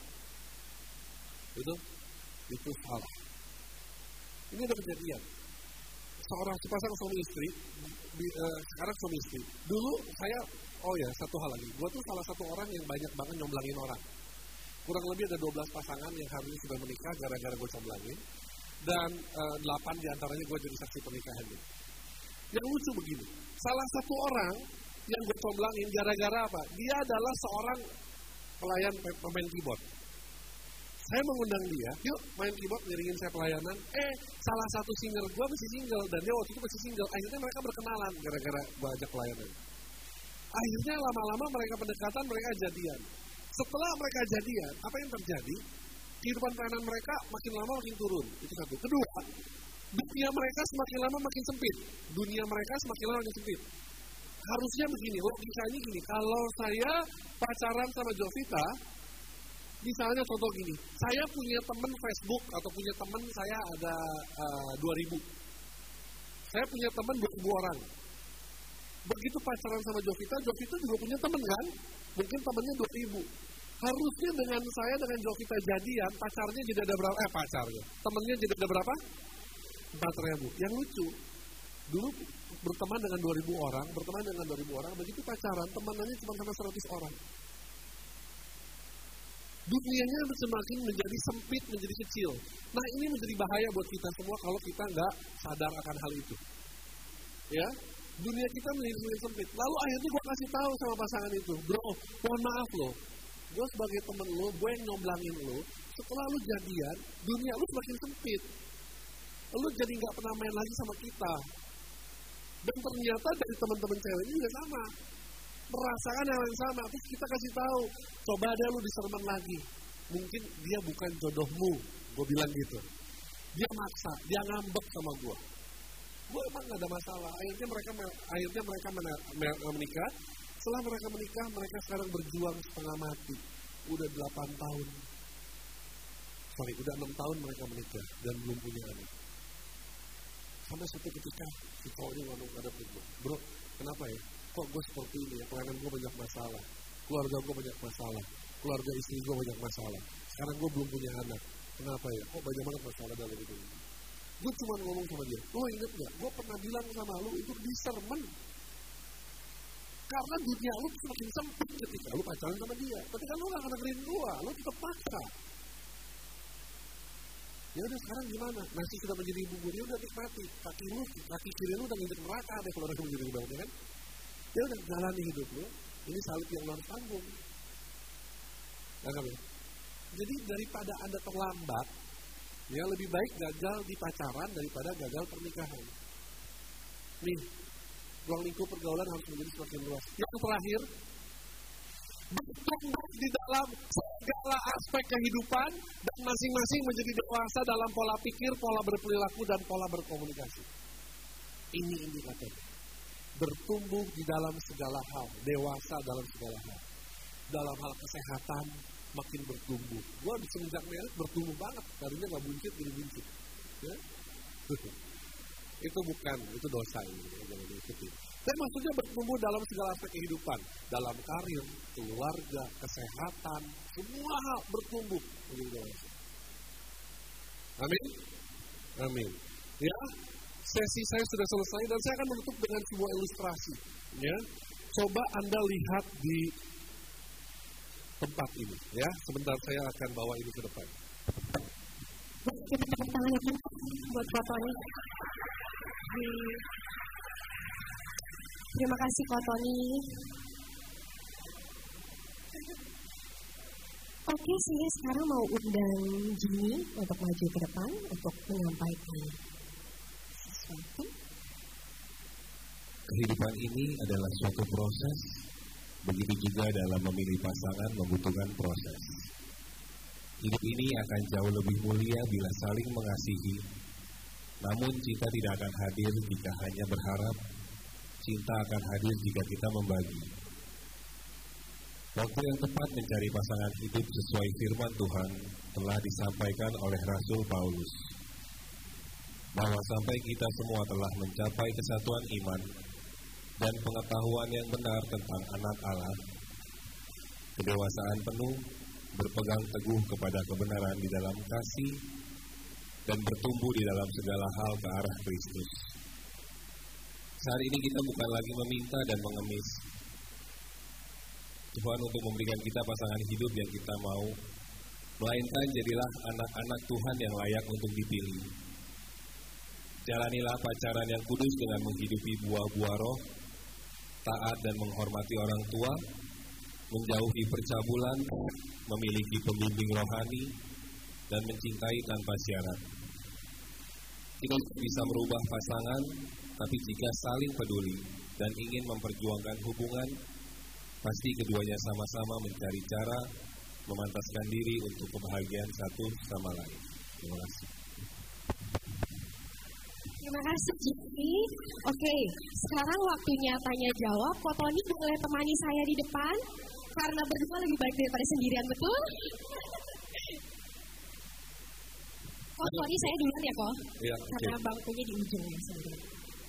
Itu salah. Ini ada kejadian. Seorang sepasang suami istri, sekarang suami istri. Dulu saya, satu hal lagi, gue tuh salah satu orang yang banyak banget nyomblangin orang. Kurang lebih ada 12 pasangan yang harusnya sudah menikah gara-gara gue comblangin. Dan 8 diantaranya gue jadi saksi pernikahannya. Yang lucu begini, salah satu orang yang gue comblangin gara-gara apa? Dia adalah seorang pelayan pemain keyboard. Saya mengundang dia, yuk main keyboard ngiringin saya pelayanan. Salah satu singer gue masih single, dan dia waktu itu masih single. Akhirnya mereka berkenalan gara-gara gue ajak pelayanan. Akhirnya lama-lama mereka pendekatan, mereka jadian. Setelah mereka jadian, apa yang terjadi? Kehidupan pelayanan mereka makin lama makin turun. Itu satu. Kedua, dunia mereka semakin lama makin sempit. Dunia mereka semakin lama makin sempit. Harusnya begini, logikanya gini. Kalau saya pacaran sama Jovita, misalnya contoh gini, saya punya teman Facebook atau punya teman saya ada 2.000. Saya punya teman 2.000 orang. Begitu pacaran sama Jovita juga punya teman kan? Mungkin temannya 2.000. Harusnya dengan saya dengan Jovita jadian, pacarnya jadi ada berapa? Temannya jadi ada berapa? 4.000. Yang lucu, dulu berteman dengan 2.000 orang, begitu pacaran, temanannya cuma sama 100 orang. Dunianya semakin menjadi sempit, menjadi kecil. Nah ini menjadi bahaya buat kita semua kalau kita nggak sadar akan hal itu. Ya, dunia kita menjadi semakin sempit. Lalu akhirnya gue kasih tahu sama pasangan itu, bro, mohon maaf loh, gue sebagai temen lo, gue yang nyomblangin lo, setelah lo jadian, dunia lo semakin sempit. Lo jadi nggak pernah main lagi sama kita. Dan ternyata dari teman-teman cewek ini juga sama. Merasakan hal yang sama. Terus kita kasih tahu, coba deh lu diserman lagi. Mungkin dia bukan jodohmu. Gue bilang gitu. Dia maksa, dia ngambek sama gue. Gue emang gak ada masalah. Akhirnya mereka menikah. Setelah mereka menikah, mereka sekarang berjuang setengah mati. Udah 8 tahun. Udah 6 tahun mereka menikah dan belum punya anak. Sampai suatu ketika si cowoknya ngomong ada gue, bro, kenapa ya? Kok gue seperti ini ya? Pelayanan gue banyak masalah, keluarga gue banyak masalah, keluarga istri gue banyak masalah. Sekarang gue belum punya anak. Kenapa ya? Kok banyak banget masalah dalam hidup ini? Gue cuma ngomong sama dia, lo inget gak? Gue pernah bilang sama lo itu disermen. Karena dunia lo semakin sempit ketika lo pacaran sama dia. Ketika lo gak ngedengerin gue, lo tetap paksa. Ya udah sekarang gimana? Nasi sudah menjadi bubur, ya udah nikmati. Kaki kiri lu udah nginjek neraka deh kalau udah menjadi bubur, ya kan? Ya udah jalani hidup lu. Ini salib yang lo harus tanggung. Ya? Jadi daripada Anda terlambat, ya lebih baik gagal di pacaran daripada gagal pernikahan. Nih, ruang lingkup pergaulan harus menjadi semakin luas. Yang terakhir, bertumbuh di dalam segala aspek kehidupan dan masing-masing menjadi dewasa dalam pola pikir, pola berperilaku, dan pola berkomunikasi. Ini indikatornya. Bertumbuh di dalam segala hal, dewasa dalam segala hal. Dalam hal kesehatan, makin bertumbuh. Gue semenjak merit bertumbuh banget, tadinya gak buncit, jadi buncit. Ya? Itu dosa ini, jangan diikuti. Tapi maksudnya bertumbuh dalam segala aspek kehidupan, dalam karir, keluarga, kesehatan, semua hal bertumbuh menjadi dewasa. Amin. Amin. Ya, sesi saya sudah selesai dan saya akan menutup dengan sebuah ilustrasi. Ya, coba Anda lihat di tempat ini. Ya, sebentar saya akan bawa ini ke depan. Kita tepuk tangan ya, buat Kotoni. Terima kasih Kotoni. Oke, saya sekarang mau undang Jimmy untuk maju ke depan untuk menyampaikan sesuatu. Kehidupan ini adalah suatu proses, begitu juga dalam memilih pasangan membutuhkan proses. Hidup ini akan jauh lebih mulia bila saling mengasihi, namun cinta tidak akan hadir jika hanya berharap, cinta akan hadir jika kita membagi. Waktu yang tepat mencari pasangan hidup sesuai firman Tuhan telah disampaikan oleh Rasul Paulus, bahwa sampai kita semua telah mencapai kesatuan iman dan pengetahuan yang benar tentang anak Allah, kedewasaan penuh, berpegang teguh kepada kebenaran di dalam kasih, dan bertumbuh di dalam segala hal ke arah Kristus. Saat ini kita bukan lagi meminta dan mengemis Tuhan untuk memberikan kita pasangan hidup yang kita mau, melainkan jadilah anak-anak Tuhan yang layak untuk dipilih. Jalanilah pacaran yang kudus dengan menghidupi buah-buah roh, taat dan menghormati orang tua, menjauhi percabulan, memiliki pembimbing rohani, dan mencintai tanpa syarat. Kita bisa merubah pasangan, tapi jika saling peduli dan ingin memperjuangkan hubungan, pasti keduanya sama-sama mencari cara memantaskan diri untuk kebahagiaan satu sama lain. Terima kasih. Terima kasih Jimmy. Oke, sekarang waktunya tanya jawab. Kotoni boleh temani saya di depan, karena berdua lebih baik daripada sendirian, betul? Sorry, saya duluan ya, Ko? Iya, karena bangkunya di ujung ya sebenarnya.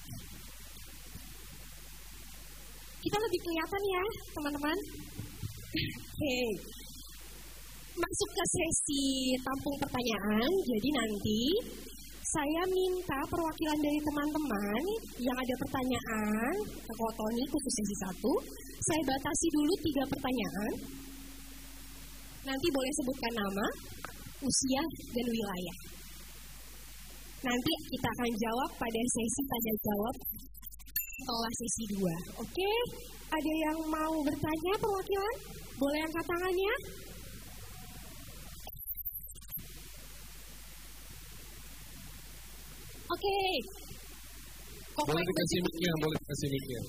Kita lebih kelihatan ya, teman-teman. Oke. Masuk ke sesi tampung pertanyaan. Jadi nanti saya minta perwakilan dari teman-teman yang ada pertanyaan ke Kotoni khusus sesi 1. Saya batasi dulu 3 pertanyaan. Nanti boleh sebutkan nama, usia, dan wilayah. Nanti kita akan jawab pada sesi tanya jawab setelah sesi 2. Oke, ada yang mau bertanya perwakilan? Boleh angkat tangannya? Oke. Boleh dikasih mic-nya, boleh dikasih mic-nya.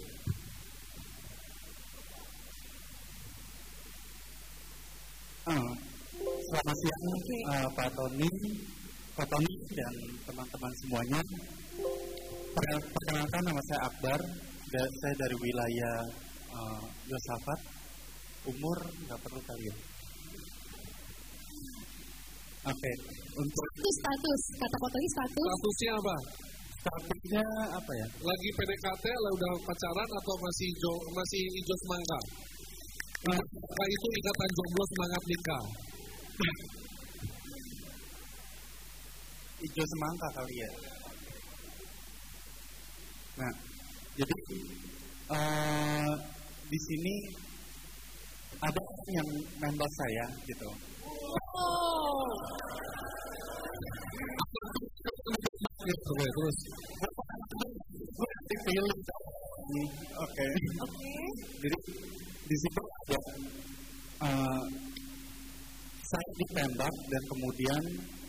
Selamat siang Pak Tony, Pak Tony dan teman-teman semuanya. Perkenalkan, nama saya Akbar, saya dari wilayah Yosafat. Umur nggak perlu kali ya. Oke, untuk status, kata Kotoni status. Statusnya apa? Statusnya apa ya? Lagi PDKT, udah pacaran atau masih hijau semangka? Apa itu ikatan jomblo semangat nikah? Hijau semangka kali ya. Nah, jadi di sini ada yang nembak saya gitu. Oh. Oke, terus. Dipilih. Oke. Jadi di situ ada saya ditembak dan kemudian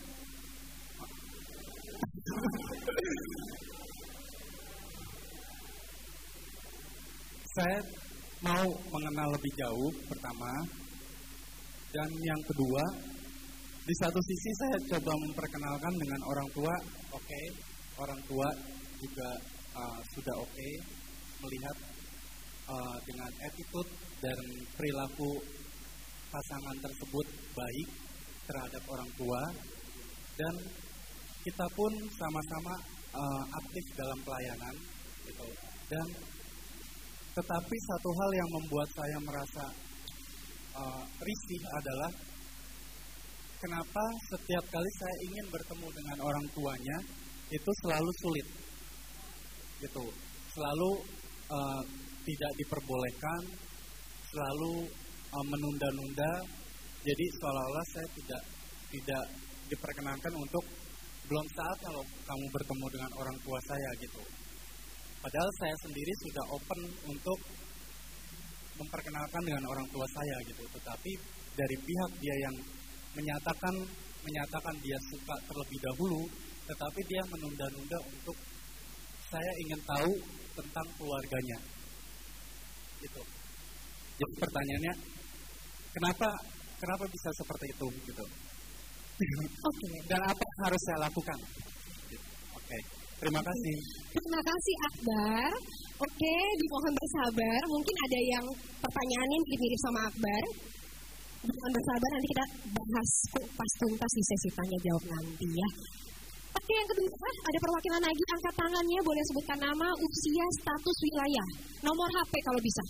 saya mau mengenal lebih jauh pertama, dan yang kedua, di satu sisi saya coba memperkenalkan dengan orang tua. Oke, orang tua juga sudah oke melihat dengan attitude dan perilaku pasangan tersebut baik terhadap orang tua, dan kita pun sama-sama aktif dalam pelayanan gitu. Dan tetapi satu hal yang membuat saya merasa risih adalah kenapa setiap kali saya ingin bertemu dengan orang tuanya itu selalu sulit, gitu. Selalu tidak diperbolehkan, selalu menunda-nunda. Jadi seolah-olah saya tidak diperkenankan untuk belum saatnya loh kamu bertemu dengan orang tua saya gitu. Padahal saya sendiri sudah open untuk memperkenalkan dengan orang tua saya gitu. Tetapi dari pihak dia yang menyatakan dia suka terlebih dahulu, tetapi dia menunda-nunda untuk saya ingin tahu tentang keluarganya. Gitu. Jadi pertanyaannya, kenapa bisa seperti itu gitu? Oke. Dan apa yang harus saya lakukan? Oke. Terima kasih. Terima kasih Akbar. Oke, dimohon bersabar. Mungkin ada yang pertanyaannya mirip sama Akbar. Dimohon bersabar, nanti kita bahas kupas tuntas di sesi tanya jawab nanti ya. Oke, yang kedua ada perwakilan lagi, angkat tangannya, boleh sebutkan nama, usia, status, wilayah, nomor HP kalau bisa.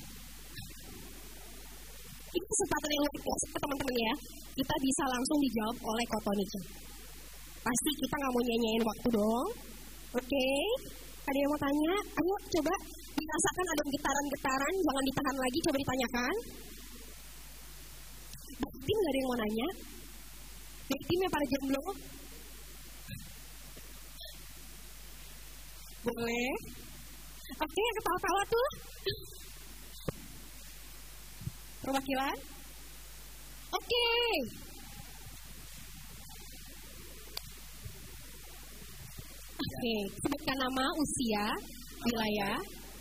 Ini kesempatan yang luar biasa teman-teman ya. Kita bisa langsung dijawab oleh Kotonica. Pasti kita nggak mau nyanyain waktu dong. Oke, ada yang mau tanya? Ayo coba dirasakan ada getaran-getaran, jangan ditahan lagi, coba ditanyakan. Dari tim nggak ada yang mau nanya? Dari tim yang pada jomblo? Boleh. Oke, yang ketawa-tawa tuh. Perwakilan? Oke. Oke, sebutkan nama, usia, wilayah.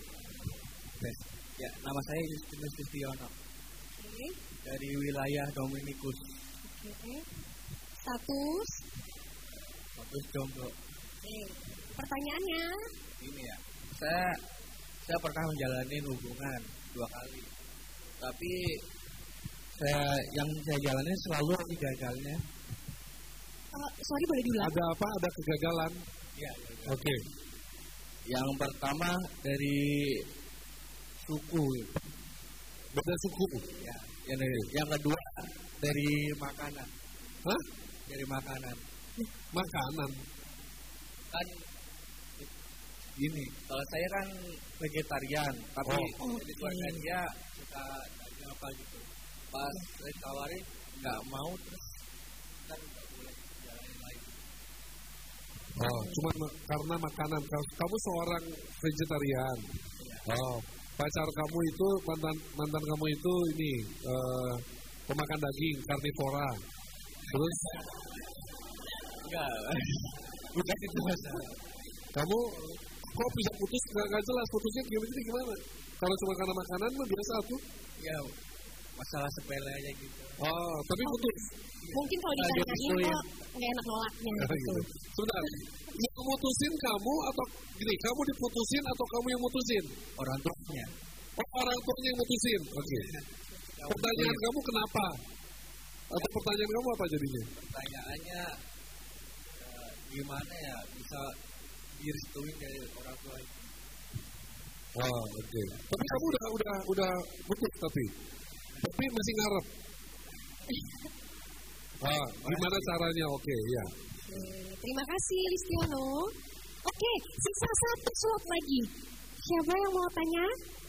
Ya, nama saya Justinus Justiono. Oke. Dari wilayah Dominikus. Oke. Status. Jomblo. Oke. Pertanyaannya? Ini ya, saya pernah menjalani hubungan 2 kali. Tapi yang saya jalani selalu gagalnya. Sorry, boleh diulang? Ada apa? Ada kegagalan? Ya. Oke. Yang pertama dari suku. Beda suku? Ya. Yang kedua dari makanan. Hah? Dari makanan. Makanan? Kan gini, kalau saya kan vegetarian, tapi di keluarga dia suka daging apa gitu. Pas saya tawarin nggak mau, terus kan nggak boleh jalanin lagi. Cuma karena makanan. Kamu seorang vegetarian. Pacar kamu itu mantan kamu itu ini pemakan daging, karnivora. Terus enggak, bukan itu masalah. Kamu kok bisa putus? Nggak jelas putusnya gimana? Kalau cuma karena makanan mah biasa tuh. Ya, masalah sepele aja gitu. Tapi putus. Mungkin kalau ditanyain kok nggak enak nolaknya gitu. Sebentar, yang memutusin kamu atau gini, kamu diputusin atau kamu yang mutusin? Orang tuanya. Orang tuanya yang mutusin. Oke. Pertanyaan kamu kenapa? Atau pertanyaan kamu apa jadinya? Pertanyaannya gimana ya bisa direstuin dari orang tua itu. Oke. Tapi kamu udah putus tapi masih ngarep. Gimana caranya? Oke, ya. Terima kasih Listiono. Oke, sisa 1 slot lagi. Siapa yang mau tanya?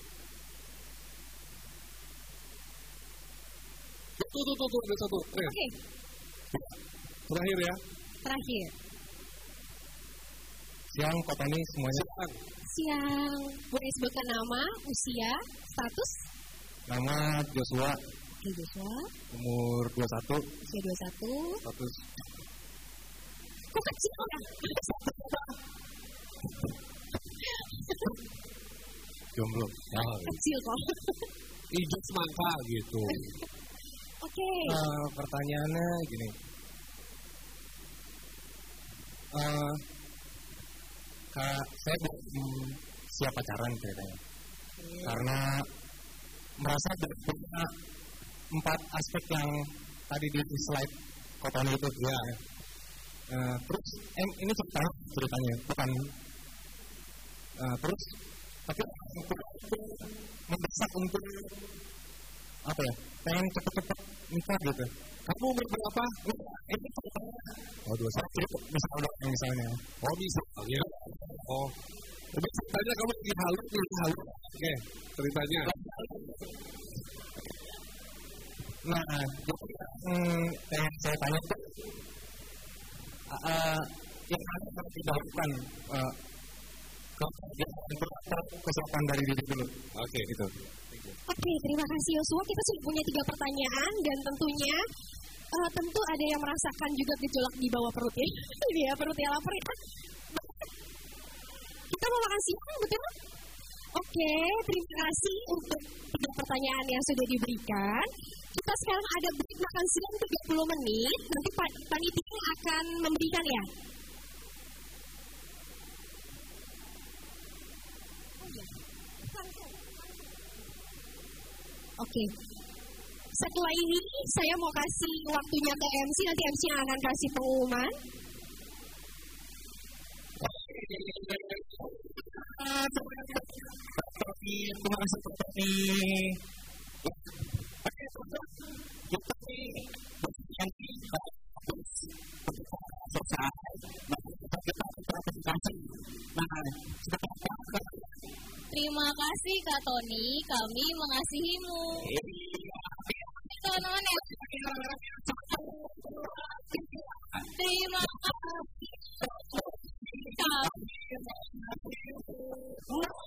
Tuh, ada satu. Oke. Terakhir ya. Terakhir. Siang Kotoni semuanya. Siang. Boleh sebutkan nama, usia, status? Nama Joshua. Oke, Joshua. Umur 21. Usia 21. Status Kok kecil ya? jomblo. Kecil kok. Hijau semangka gitu. Oke. Pertanyaannya gini. Saya belum siap pacaran ceritanya. Karena merasa punya 4 aspek yang tadi di slide Kotoni itu ya. Terus ini ceritanya bukan terus tapi mendesak untuk apa ya, pengen cepet-cepet nikah gitu. Kamu umur berapa? Oh 21. Misalnya. Oh misalnya. Oh. Udah ceritanya kamu lagi halu. Oke, ceritanya. Nah, yang saya tanya tuh, yang mana yang dilakukan kesiapan dari diri dulu. Oke, gitu. Oke, terima kasih Yosua. Kita sudah punya 3 pertanyaan dan tentunya tentu ada yang merasakan juga gejolak di bawah perut ya. Iya, perutnya lapar ya. Kita mau makan siang, betul? Oke, terima kasih untuk 3 pertanyaan yang sudah diberikan. Kita sekarang ada break makan siang 30 menit. Nanti panitia akan memberikan ya. Oke. Setelah ini saya mau kasih waktunya ke MC, nanti MC yang akan kasih pengumuman. Terima kasih seperti Terima kasih Kak Tony, kami mengasihimu. Terima kasih.